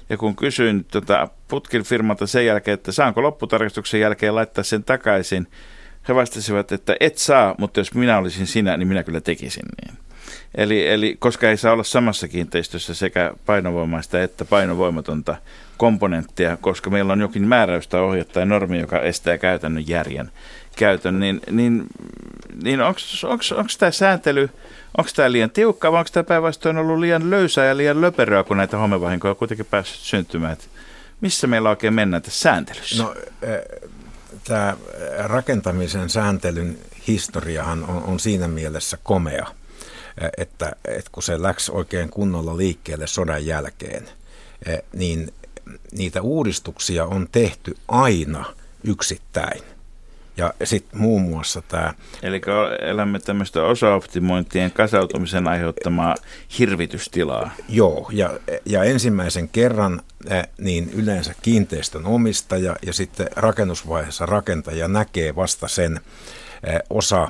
Ja kun kysyin tota putkifirmalta sen jälkeen, että saanko lopputarkastuksen jälkeen laittaa sen takaisin, he vastasivat, että et saa, mutta jos minä olisin sinä, niin minä kyllä tekisin niin. Eli, eli koska ei saa olla samassa kiinteistössä sekä painovoimaista että painovoimatonta komponenttia, koska meillä on jokin määräystä ohje tai normi, joka estää käytännön järjen käytön, niin, niin, niin onko tämä sääntely, onko tämä liian tiukkaa vai onko tämä päinvastoin ollut liian löysää ja liian löperöä, kun näitä homevahinkoja on kuitenkin päässyt syntymään? Että missä meillä oikein mennään tässä sääntelyssä? No, tämä rakentamisen sääntelyn historiahan on, on siinä mielessä komea, että, että kun se läksi oikein kunnolla liikkeelle sodan jälkeen, niin niitä uudistuksia on tehty aina yksittäin. Ja sitten muun muassa tämä... Eli elämme tämmöistä osaoptimointien kasautumisen aiheuttamaa hirvitystilaa. Joo, ja, ja ensimmäisen kerran niin yleensä kiinteistön omistaja ja sitten rakennusvaiheessa rakentaja näkee vasta sen osa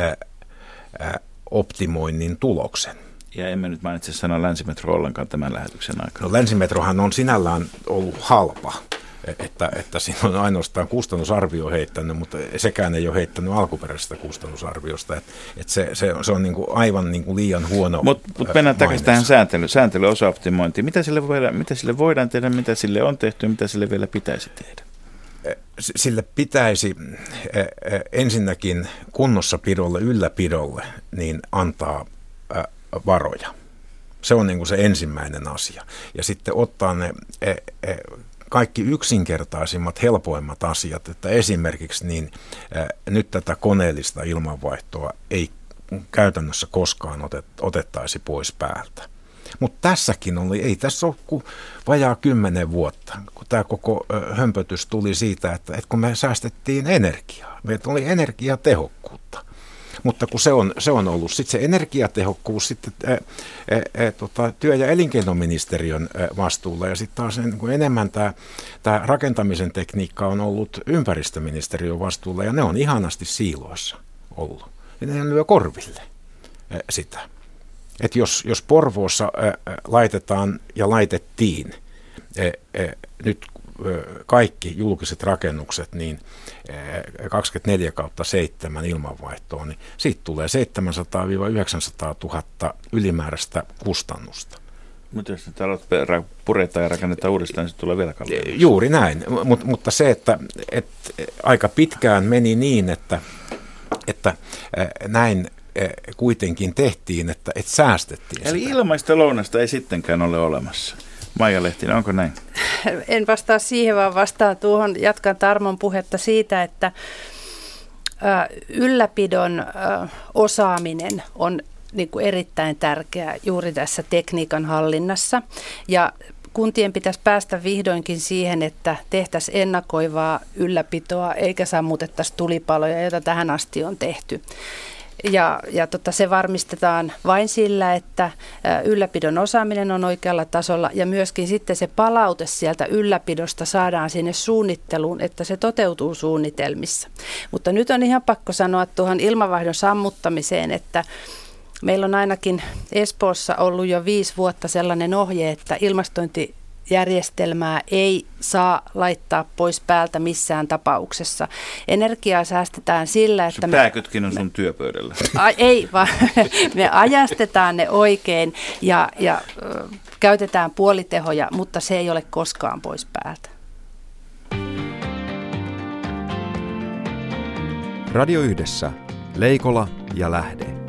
optimoinnin tuloksen. Ja emme nyt mainitse sanan länsimetro ollenkaan tämän lähetyksen aikana. No, länsimetrohan on sinällään ollut halpa, että, että siinä on ainoastaan kustannusarvio heittänyt, mutta sekään ei ole heittänyt alkuperäisestä kustannusarviosta. Että, että se, se, se on niin kuin aivan niin kuin liian huono. Mutta mut mennään takaisin tähän sääntely, sääntely osaoptimointiin. Mitä sille, voidaan, mitä sille voidaan tehdä, mitä sille on tehty ja mitä sille vielä pitäisi tehdä? Sille pitäisi ensinnäkin kunnossapidolle, ylläpidolle niin antaa varoja. Se on niin kuin se ensimmäinen asia. Ja sitten ottaa ne kaikki yksinkertaisimmat, helpoimmat asiat, että esimerkiksi niin nyt tätä koneellista ilmanvaihtoa ei käytännössä koskaan otettaisi pois päältä. Mutta tässäkin oli, ei tässä ole kuin vajaa kymmenen vuotta, kun tämä koko hömpötys tuli siitä, että, että kun me säästettiin energiaa, meillä oli energiatehokkuutta. Mutta kun se on, se on ollut sitten se energiatehokkuus sitten ää, ää, tota, työ- ja elinkeinoministeriön ää, vastuulla ja sitten taas niin kuin enemmän tämä, tämä rakentamisen tekniikka on ollut ympäristöministeriön vastuulla ja ne on ihanasti siiloissa ollut. Ja ne lyö korville ää, sitä. Että jos, jos Porvoossa ää, laitetaan ja laitettiin ää, ää, nyt kaikki julkiset rakennukset niin kaksikymmentäneljä kautta seitsemän ilmanvaihtoon, niin siitä tulee seitsemänsataa yhdeksänsataa tuhatta ylimääräistä kustannusta. Mutta jos ne talot puretaan ja rakennetaan uudestaan, niin se tulee vielä kalliimmaksi. Juuri näin, Mut, mutta se, että, että aika pitkään meni niin, että, että näin kuitenkin tehtiin, että, että säästettiin Eli sitä. Ilmaista lounasta ei sittenkään ole olemassa. Maija Lehtinen, onko näin? En vastaa siihen, vaan vastaan tuohon, jatkan Tarmon puhetta siitä, että ylläpidon osaaminen on niin kuin erittäin tärkeää juuri tässä tekniikan hallinnassa. Ja kuntien pitäisi päästä vihdoinkin siihen, että tehtäisiin ennakoivaa ylläpitoa eikä sammutettaisi tulipaloja, joita tähän asti on tehty. Ja, ja tota, se varmistetaan vain sillä, että ylläpidon osaaminen on oikealla tasolla ja myöskin sitten se palaute sieltä ylläpidosta saadaan sinne suunnitteluun, että se toteutuu suunnitelmissa. Mutta nyt on ihan pakko sanoa tuohon ilmanvaihdon sammuttamiseen, että meillä on ainakin Espoossa ollut jo viisi vuotta sellainen ohje, että ilmastointi järjestelmää ei saa laittaa pois päältä missään tapauksessa. Energiaa säästetään sillä, että... Sun pääkytkin on sun me, työpöydällä. A, ei, vaan me ajastetaan ne oikein ja, ja ö, käytetään puolitehoja, mutta se ei ole koskaan pois päältä. Radio Yhdessä. Leikola ja Lähde.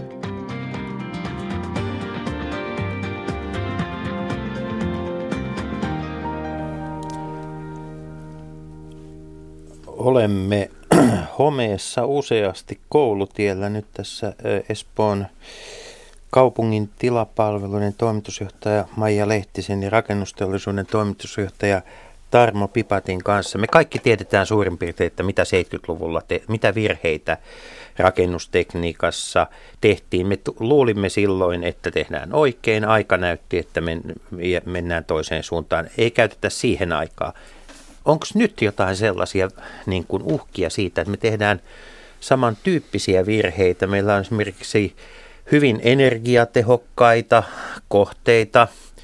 Olemme homeessa useasti koulutiellä nyt tässä Espoon kaupungin tilapalveluiden toimitusjohtaja Maija Lehtisen ja rakennusteollisuuden toimitusjohtaja Tarmo Pipatin kanssa. Me kaikki tiedetään suurin piirtein, että mitä seitsemänkymmentäluvulla, te- mitä virheitä rakennustekniikassa tehtiin. Me t- luulimme silloin, että tehdään oikein. Aika näytti, että men- mennään toiseen suuntaan. Ei käytetä siihen aikaa. Onko nyt jotain sellaisia niin kuin uhkia siitä, että me tehdään samantyyppisiä virheitä? Meillä on esimerkiksi hyvin energiatehokkaita kohteita,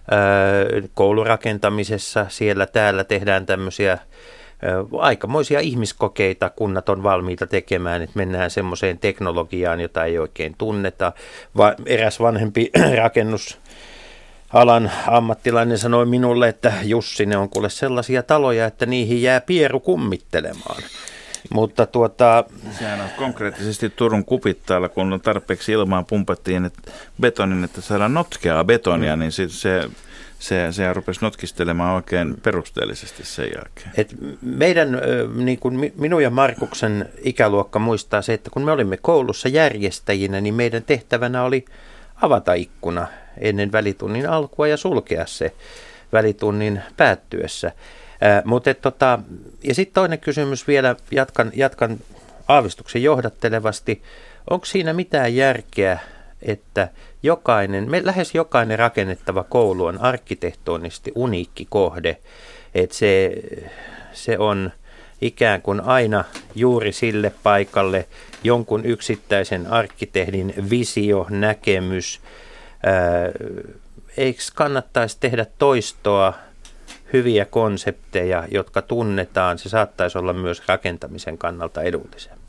koulurakentamisessa siellä täällä tehdään tämmöisiä aikamoisia ihmiskokeita kunnat on valmiita tekemään, että mennään semmoiseen teknologiaan, jota ei oikein tunneta. Va- eräs vanhempi rakennusalan ammattilainen sanoi minulle, että Jussi, ne on kuule sellaisia taloja, että niihin jää pieru kummittelemaan. Mutta tuota... Sehän on konkreettisesti Turun kupittailla, kun on tarpeeksi ilmaa pumpattiin että betonin, että saadaan notkeaa betonia, mm. niin sit se... Se, se rupesi notkistelemaan oikein perusteellisesti sen jälkeen. Et meidän, niin kuin minun ja Markuksen ikäluokka muistaa se, että kun me olimme koulussa järjestäjinä, niin meidän tehtävänä oli avata ikkuna ennen välitunnin alkua ja sulkea se välitunnin päättyessä. Ää, mutta tota, ja sitten toinen kysymys vielä, jatkan, jatkan aavistuksen johdattelevasti. Onko siinä mitään järkeä, että jokainen, me lähes jokainen rakennettava koulu on arkkitehtonisesti uniikki kohde, että se, se on ikään kuin aina juuri sille paikalle jonkun yksittäisen arkkitehdin visio, näkemys. Eikö kannattaisi tehdä toistoa, hyviä konsepteja, jotka tunnetaan? Se saattaisi olla myös rakentamisen kannalta edullisempaa.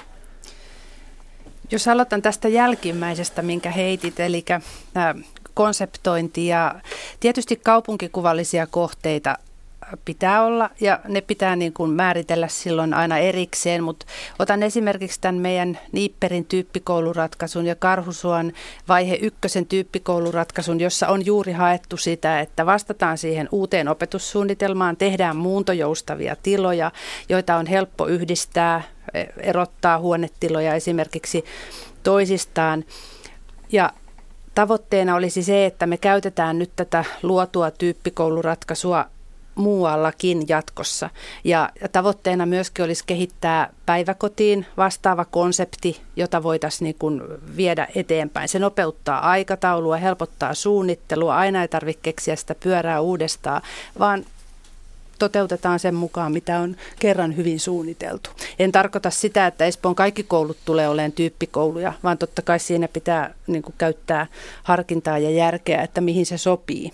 Jos aloitan tästä jälkimmäisestä, minkä heitit, eli konseptointi ja tietysti kaupunkikuvallisia kohteita pitää olla ja ne pitää niin kuin määritellä silloin aina erikseen, mutta otan esimerkiksi tämän meidän Niipperin tyyppikouluratkaisun ja Karhusuon vaihe ykkösen tyyppikouluratkaisun, jossa on juuri haettu sitä, että vastataan siihen uuteen opetussuunnitelmaan, tehdään muuntojoustavia tiloja, joita on helppo yhdistää, erottaa huonetiloja esimerkiksi toisistaan ja tavoitteena olisi se, että me käytetään nyt tätä luotua tyyppikouluratkaisua muuallakin jatkossa. Ja tavoitteena myöskin olisi kehittää päiväkotiin vastaava konsepti, jota voitaisiin niin kuin viedä eteenpäin. Se nopeuttaa aikataulua, helpottaa suunnittelua. Aina ei tarvitse keksiä sitä pyörää uudestaan, vaan toteutetaan sen mukaan, mitä on kerran hyvin suunniteltu. En tarkoita sitä, että Espoon kaikki koulut tulee olemaan tyyppikouluja, vaan totta kai siinä pitää niin kuin käyttää harkintaa ja järkeä, että mihin se sopii.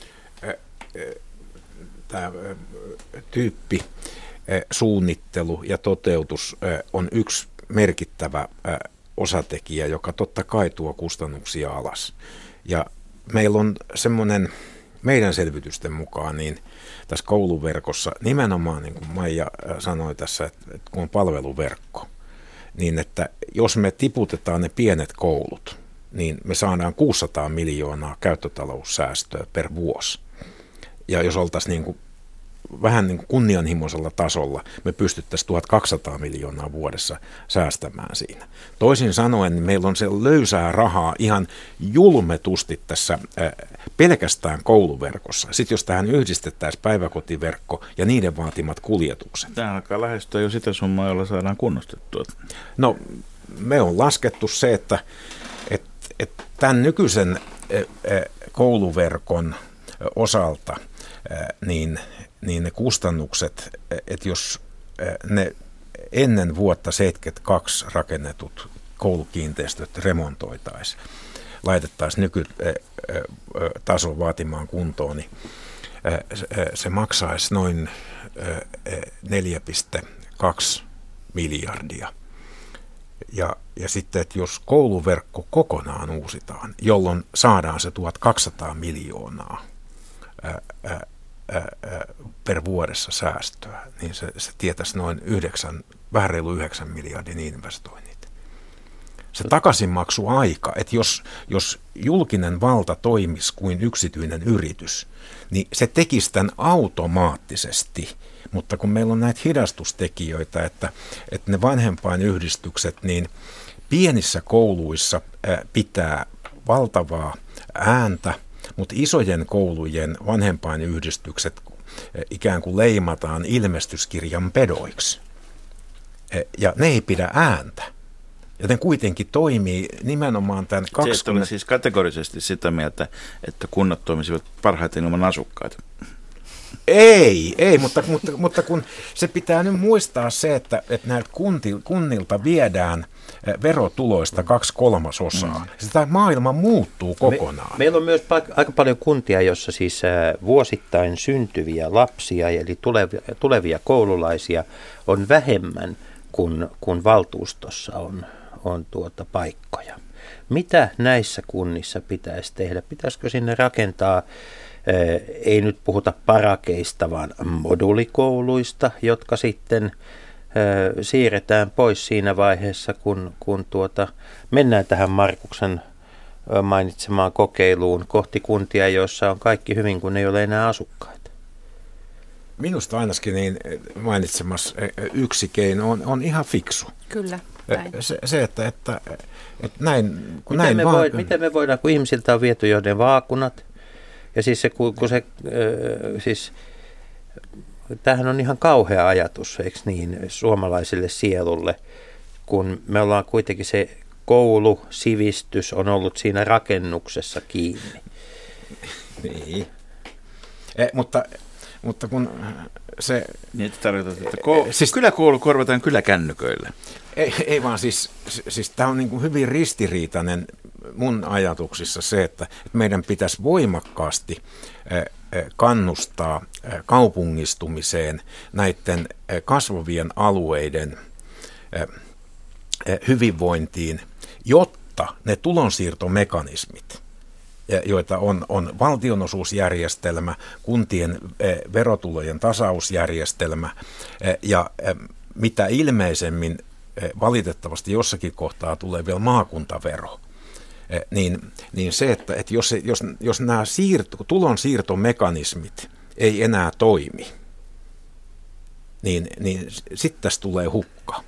Tämä tyyppi, suunnittelu ja toteutus on yksi merkittävä osatekijä, joka totta kai tuo kustannuksia alas. Ja meillä on semmoinen, meidän selvitysten mukaan, niin tässä kouluverkossa nimenomaan, niin kuin Maija sanoi tässä, että kun on palveluverkko, niin että jos me tiputetaan ne pienet koulut, niin me saadaan kuusisataa miljoonaa käyttötaloussäästöä per vuosi. Ja jos oltaisiin niin kuin vähän niin kuin kunnianhimoisella tasolla, me pystyttäisiin tuhatkaksisataa miljoonaa vuodessa säästämään siinä. Toisin sanoen, niin meillä on se löysää rahaa ihan julmetusti tässä äh, pelkästään kouluverkossa. Sitten jos tähän yhdistettäisiin päiväkotiverkko ja niiden vaatimat kuljetukset. Tämä alkaa lähestyä jo sitä summaa, jolla saadaan kunnostettua. No, me on laskettu se, että et, et tämän nykyisen äh, äh, kouluverkon osalta niin, niin ne kustannukset, että jos ne ennen vuotta seitsemänkymmentäkaksi rakennetut koulukiinteistöt remontoitaisiin, laitettaisiin nykytason vaatimaan kuntoon, niin se maksaisi noin neljä pilkku kaksi miljardia. Ja, ja sitten, että jos kouluverkko kokonaan uusitaan, jolloin saadaan se tuhatkaksisataa miljoonaa ää, ää, ää, per vuodessa säästöä, niin se, se tietäisi noin yhdeksän, vähän reilu yhdeksän miljardin investoinnit. Se takaisinmaksuaika, että jos, jos julkinen valta toimisi kuin yksityinen yritys, niin se tekisi tämän automaattisesti. Mutta kun meillä on näitä hidastustekijöitä, että, että ne vanhempainyhdistykset, niin pienissä kouluissa pitää valtavaa ääntä, mutta isojen koulujen vanhempainyhdistykset ikään kuin leimataan ilmestyskirjan pedoiksi. Ja ne ei pidä ääntä. Ja ne kuitenkin toimii nimenomaan tämän kaksikymmentä... Se, että siis kategorisesti sitä mieltä, että kunnat toimisivat parhaiten ilman asukkaita. Ei, ei, mutta, mutta, mutta kun se pitää nyt muistaa se, että, että näiltä kunti, kunnilta viedään verotuloista kaksi kolmasosaa. Mm. Sitä maailma muuttuu kokonaan. Me, meillä on myös aika paljon kuntia, jossa siis vuosittain syntyviä lapsia, eli tulevia, tulevia koululaisia on vähemmän kuin, kuin valtuustossa on, on tuota paikkoja. Mitä näissä kunnissa pitäisi tehdä? Pitäisikö sinne rakentaa, ei nyt puhuta parakeista, vaan modulikouluista, jotka sitten siirretään pois siinä vaiheessa, kun, kun tuota, mennään tähän Markuksen mainitsemaan kokeiluun kohti kuntia, joissa on kaikki hyvin, kun ei ole enää asukkaita. Minusta ainakin niin mainitsemassa yksi keino on, on ihan fiksu. Kyllä. Se, se, että, että, että näin, kun miten, näin me vaan... voi, miten me voidaan, kun ihmisiltä on viety joiden vaakunat, ja siis se, kun, kun se, äh, siis, tämähän on ihan kauhea ajatus, eikö niin, suomalaiselle sielulle, kun me ollaan kuitenkin se koulu, sivistys on ollut siinä rakennuksessa kiinni. Niin, e, mutta, mutta kun se... Niin, että tarkoitat, että ko- siis, kyläkoulu korvataan kyläkännyköillä. Ei, ei vaan siis, siis tämä on niin kuin hyvin ristiriitainen mun ajatuksissa se, että meidän pitäisi voimakkaasti kannustaa kaupungistumiseen näiden kasvavien alueiden hyvinvointiin, jotta ne tulonsiirtomekanismit, joita on, on valtionosuusjärjestelmä, kuntien verotulojen tasausjärjestelmä ja mitä ilmeisemmin valitettavasti jossakin kohtaa tulee vielä maakuntavero, niin, niin se, että, että jos, jos, jos nämä siirto, tulonsiirtomekanismit ei enää toimi, niin, niin sitten tässä tulee hukka.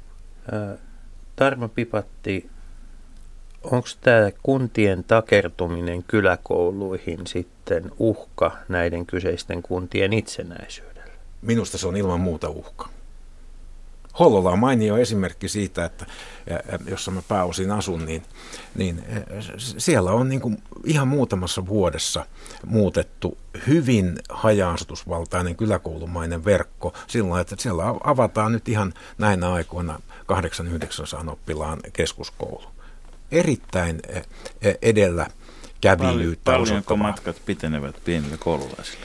Tarmo Pipatti, onko tämä kuntien takertuminen kyläkouluihin sitten uhka näiden kyseisten kuntien itsenäisyydelle? Minusta se on ilman muuta uhka. Hollola on mainio esimerkki siitä, että jossa mä pääosin asun, niin, niin siellä on niin kuin ihan muutamassa vuodessa muutettu hyvin haja-asutusvaltainen kyläkoulumainen verkko sillä, että siellä avataan nyt ihan näinä aikoina kahdeksan yhdeksänsadan oppilaan keskuskoulu. Erittäin edelläkävijyyttä Paljonko osoittavaa. matkat pitenevät pienillä koululaisilla?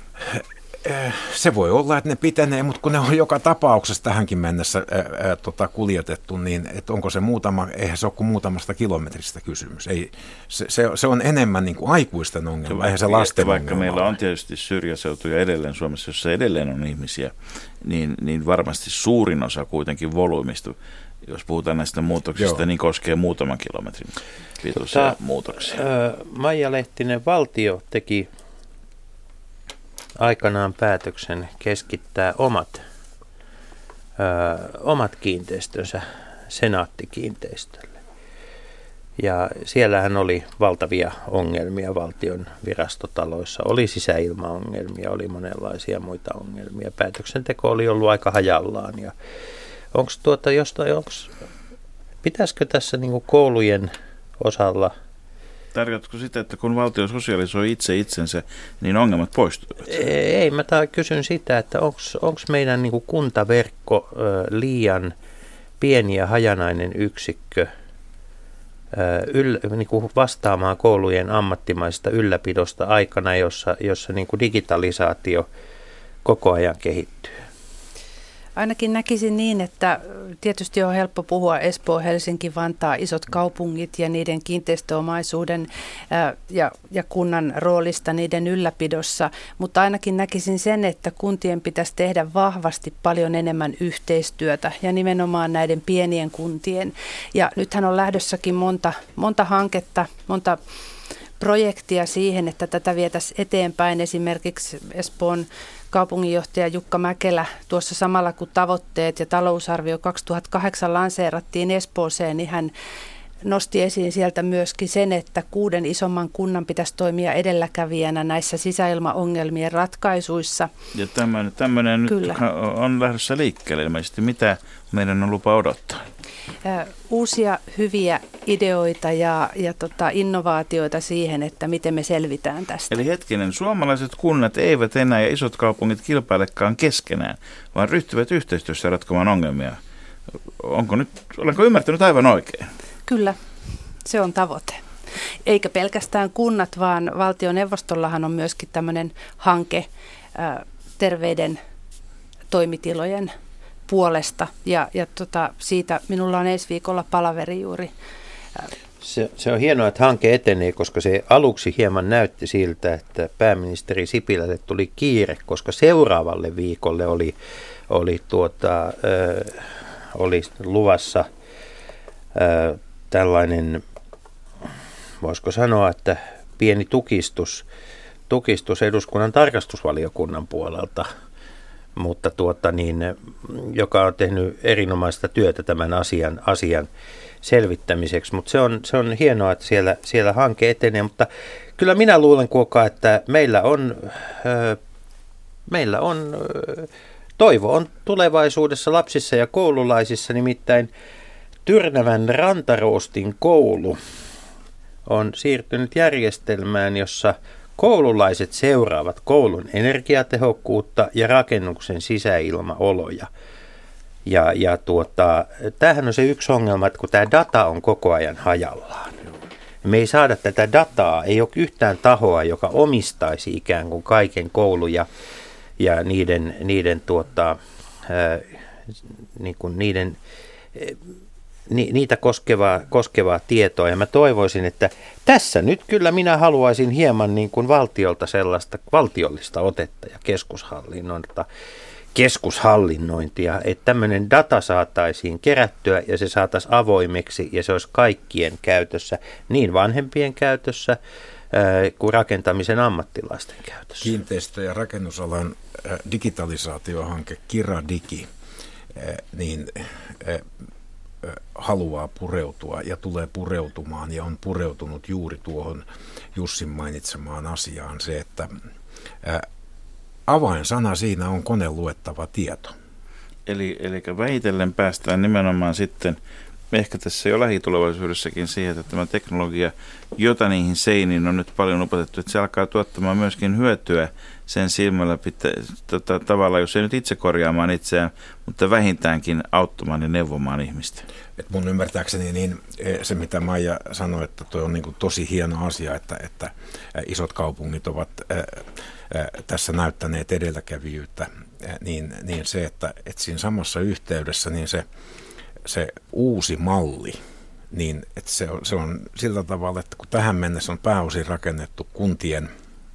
Se voi olla, että ne pitenee, mutta kun ne on joka tapauksessa tähänkin mennessä ää, ää, tota, kuljetettu, niin että onko se muutama, eihän se ole kuin muutamasta kilometristä kysymys. Ei, se, se, se on enemmän niin kuin aikuisten ongelma, eihän se lasten vaikka ongelma. Meillä on tietysti syrjäseutuja edelleen Suomessa, jossa edelleen on ihmisiä, niin, niin varmasti suurin osa kuitenkin volyymista, jos puhutaan näistä muutoksista, Joo. niin koskee muutaman kilometrin pituisia muutoksia. Ää, Maija Lehtinen, valtio teki aikanaan päätöksen keskittää omat, ö, omat kiinteistönsä Senaatti-kiinteistölle. Ja siellähän oli valtavia ongelmia valtion virastotaloissa. Oli sisäilmaongelmia, oli monenlaisia muita ongelmia. Päätöksenteko oli ollut aika hajallaan. Ja onks tuota jostain, onks, pitäisikö tässä niinku koulujen osalla... Tarkoitatko sitä, että kun valtio sosialisoi itse itsensä, niin ongelmat poistuvat? Ei, mä taa kysyn sitä, että onko meidän niin kuin kuntaverkko ö, liian pieni ja hajanainen yksikkö ö, yl, niin kuin vastaamaan koulujen ammattimaisesta ylläpidosta aikana, jossa, jossa niin kuin digitalisaatio koko ajan kehittyy. Ainakin näkisin niin, että tietysti on helppo puhua Espoo, Helsinki, Vantaa, isot kaupungit ja niiden kiinteistöomaisuuden ja, ja kunnan roolista niiden ylläpidossa, mutta ainakin näkisin sen, että kuntien pitäisi tehdä vahvasti paljon enemmän yhteistyötä ja nimenomaan näiden pienien kuntien. Ja nythän on lähdössäkin monta, monta hanketta, monta projektia siihen, että tätä vietäisiin eteenpäin. Esimerkiksi Espoon kaupunginjohtaja Jukka Mäkelä tuossa samalla kun tavoitteet ja talousarvio kaksituhattakahdeksan lanseerattiin Espooseen, niin hän nosti esiin sieltä myöskin sen, että kuuden isomman kunnan pitäisi toimia edelläkävijänä näissä sisäilmaongelmien ratkaisuissa. Ja tämmöinen, tämmöinen nyt on lähdössä liikkeelle ilmeisesti. Mitä meidän on lupa odottaa? Uusia hyviä ideoita ja, ja tota, innovaatioita siihen, että miten me selvitään tästä. Eli hetkinen, suomalaiset kunnat eivät enää ja isot kaupungit kilpailekaan keskenään, vaan ryhtyvät yhteistyössä ratkomaan ongelmia. Onko nyt, olenko ymmärtänyt aivan oikein? Kyllä, se on tavoite. Eikä pelkästään kunnat, vaan valtioneuvostollahan on myöskin tämmöinen hanke ää, terveiden toimitilojen puolesta. Ja, ja tota, siitä minulla on ensi viikolla palaveri juuri. Se, se on hienoa, että hanke etenee, koska se aluksi hieman näytti siltä, että pääministeri Sipilälle tuli kiire, koska seuraavalle viikolle oli, oli, tuota, äh, oli luvassa äh, tällainen, voisiko sanoa, että pieni tukistus, tukistus eduskunnan tarkastusvaliokunnan puolelta, mutta tuota niin, joka on tehnyt erinomaista työtä tämän asian, asian selvittämiseksi, mutta se on, se on hienoa, että siellä, siellä hanke etenee, mutta kyllä minä luulen kuulkaa, että meillä on, ö, meillä on ö, toivo on tulevaisuudessa lapsissa ja koululaisissa, nimittäin Tyrnävän Rantaroostin koulu on siirtynyt järjestelmään, jossa koululaiset seuraavat koulun energiatehokkuutta ja rakennuksen sisäilmaoloja. Ja, ja tuota, tämähän on se yksi ongelma, että kun tämä data on koko ajan hajallaan. Me ei saada tätä dataa, ei ole yhtään tahoa, joka omistaisi ikään kuin kaiken koulun ja, ja niiden, niiden, tuota, ää, niin kuin niiden, ni, niitä koskevaa, koskevaa tietoa. Ja mä toivoisin, että tässä nyt kyllä minä haluaisin hieman niin kuin valtiolta sellaista valtiollista otetta ja keskushallinnointia. keskushallinnointia, että tämmöinen data saataisiin kerättyä ja se saataisiin avoimeksi ja se olisi kaikkien käytössä, niin vanhempien käytössä ää, kuin rakentamisen ammattilaisten käytössä. Kiinteistö- ja rakennusalan ä, digitalisaatiohanke KiraDigi ä, niin, ä, ä, haluaa pureutua ja tulee pureutumaan ja on pureutunut juuri tuohon Jussin mainitsemaan asiaan se, että ä, avainsana siinä on koneluettava tieto. Eli, eli vähitellen päästään nimenomaan sitten, ehkä tässä jo lähitulevaisuudessakin siihen, että tämä teknologia, jota niihin seiniin on nyt paljon opetettu, että se alkaa tuottamaan myöskin hyötyä sen silmällä pitää, tota, tavalla, jos ei nyt itse korjaamaan itseään, mutta vähintäänkin auttamaan ja neuvomaan ihmistä. Et mun ymmärtääkseni niin se, mitä Maija sanoi, että tuo on niin kuin tosi hieno asia, että, että isot kaupungit ovat ää, ää, tässä näyttäneet edelläkävijyyttä, ää, niin, niin se, että, että siinä samassa yhteydessä niin se, se uusi malli, niin että se on, se on sillä tavalla, että kun tähän mennessä on pääosin rakennettu kuntien,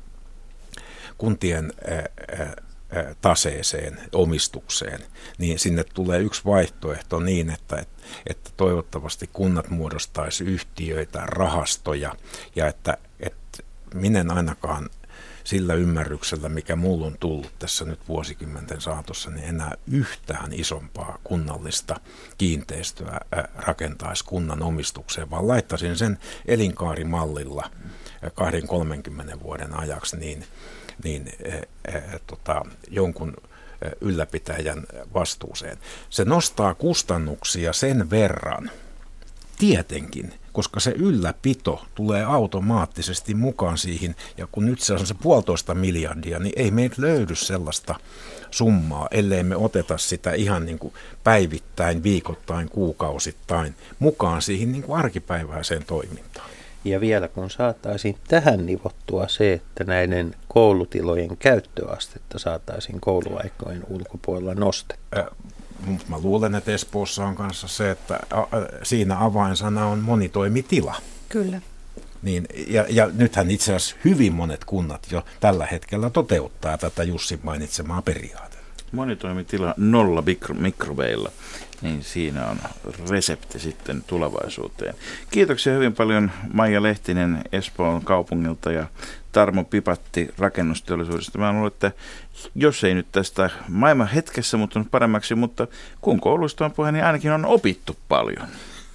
kuntien ää, ää, taseeseen, omistukseen, niin sinne tulee yksi vaihtoehto niin, että, että toivottavasti kunnat muodostaisi yhtiöitä, rahastoja, ja että, että minä en ainakaan sillä ymmärryksellä, mikä mulla on tullut tässä nyt vuosikymmenten saatossa, niin enää yhtään isompaa kunnallista kiinteistöä rakentaisi kunnan omistukseen, vaan laittaisin sen elinkaarimallilla kaksikymmentä kolmekymmentä vuoden ajaksi niin, niin äh, äh, tota, jonkun äh, ylläpitäjän vastuuseen. Se nostaa kustannuksia sen verran, tietenkin, koska se ylläpito tulee automaattisesti mukaan siihen, ja kun nyt se on se puolitoista miljardia, niin ei meiltä löydy sellaista summaa, ellei me oteta sitä ihan niin kuin päivittäin, viikoittain, kuukausittain mukaan siihen niin kuin arkipäiväiseen toimintaan. Ja vielä kun saataisiin tähän nivottua se, että näiden koulutilojen käyttöastetta saataisiin kouluaikojen ulkopuolella nostettua. Äh, Mä luulen, että Espoossa on kanssa se, että siinä avainsana on monitoimitila. Kyllä. Niin, ja, ja nythän itse asiassa hyvin monet kunnat jo tällä hetkellä toteuttaa tätä Jussin mainitsemaa periaatetta. Monitoimitila nolla mikro, mikrobeilla, niin siinä on resepti sitten tulevaisuuteen. Kiitoksia hyvin paljon Maija Lehtinen Espoon kaupungilta ja Tarmo Pipatti rakennusteollisuudesta. Mä luulen, että jos ei nyt tästä maailman hetkessä muuttunut paremmaksi, mutta kun kouluista on puhe, niin ainakin on opittu paljon.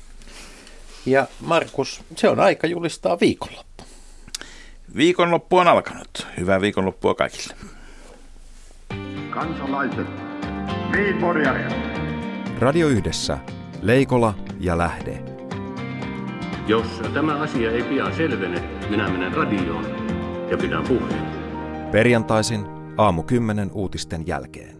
Ja Markus, se on aika julistaa viikonloppu. Viikonloppu on alkanut. Hyvää viikonloppua kaikille. Kansalaiset, Radio Radio Yhdessä, Leikola ja Lähde. Jos tämä asia ei pian selvene, minä menen radioon ja pidän puheen. Perjantaisin aamu kymmenen uutisten jälkeen.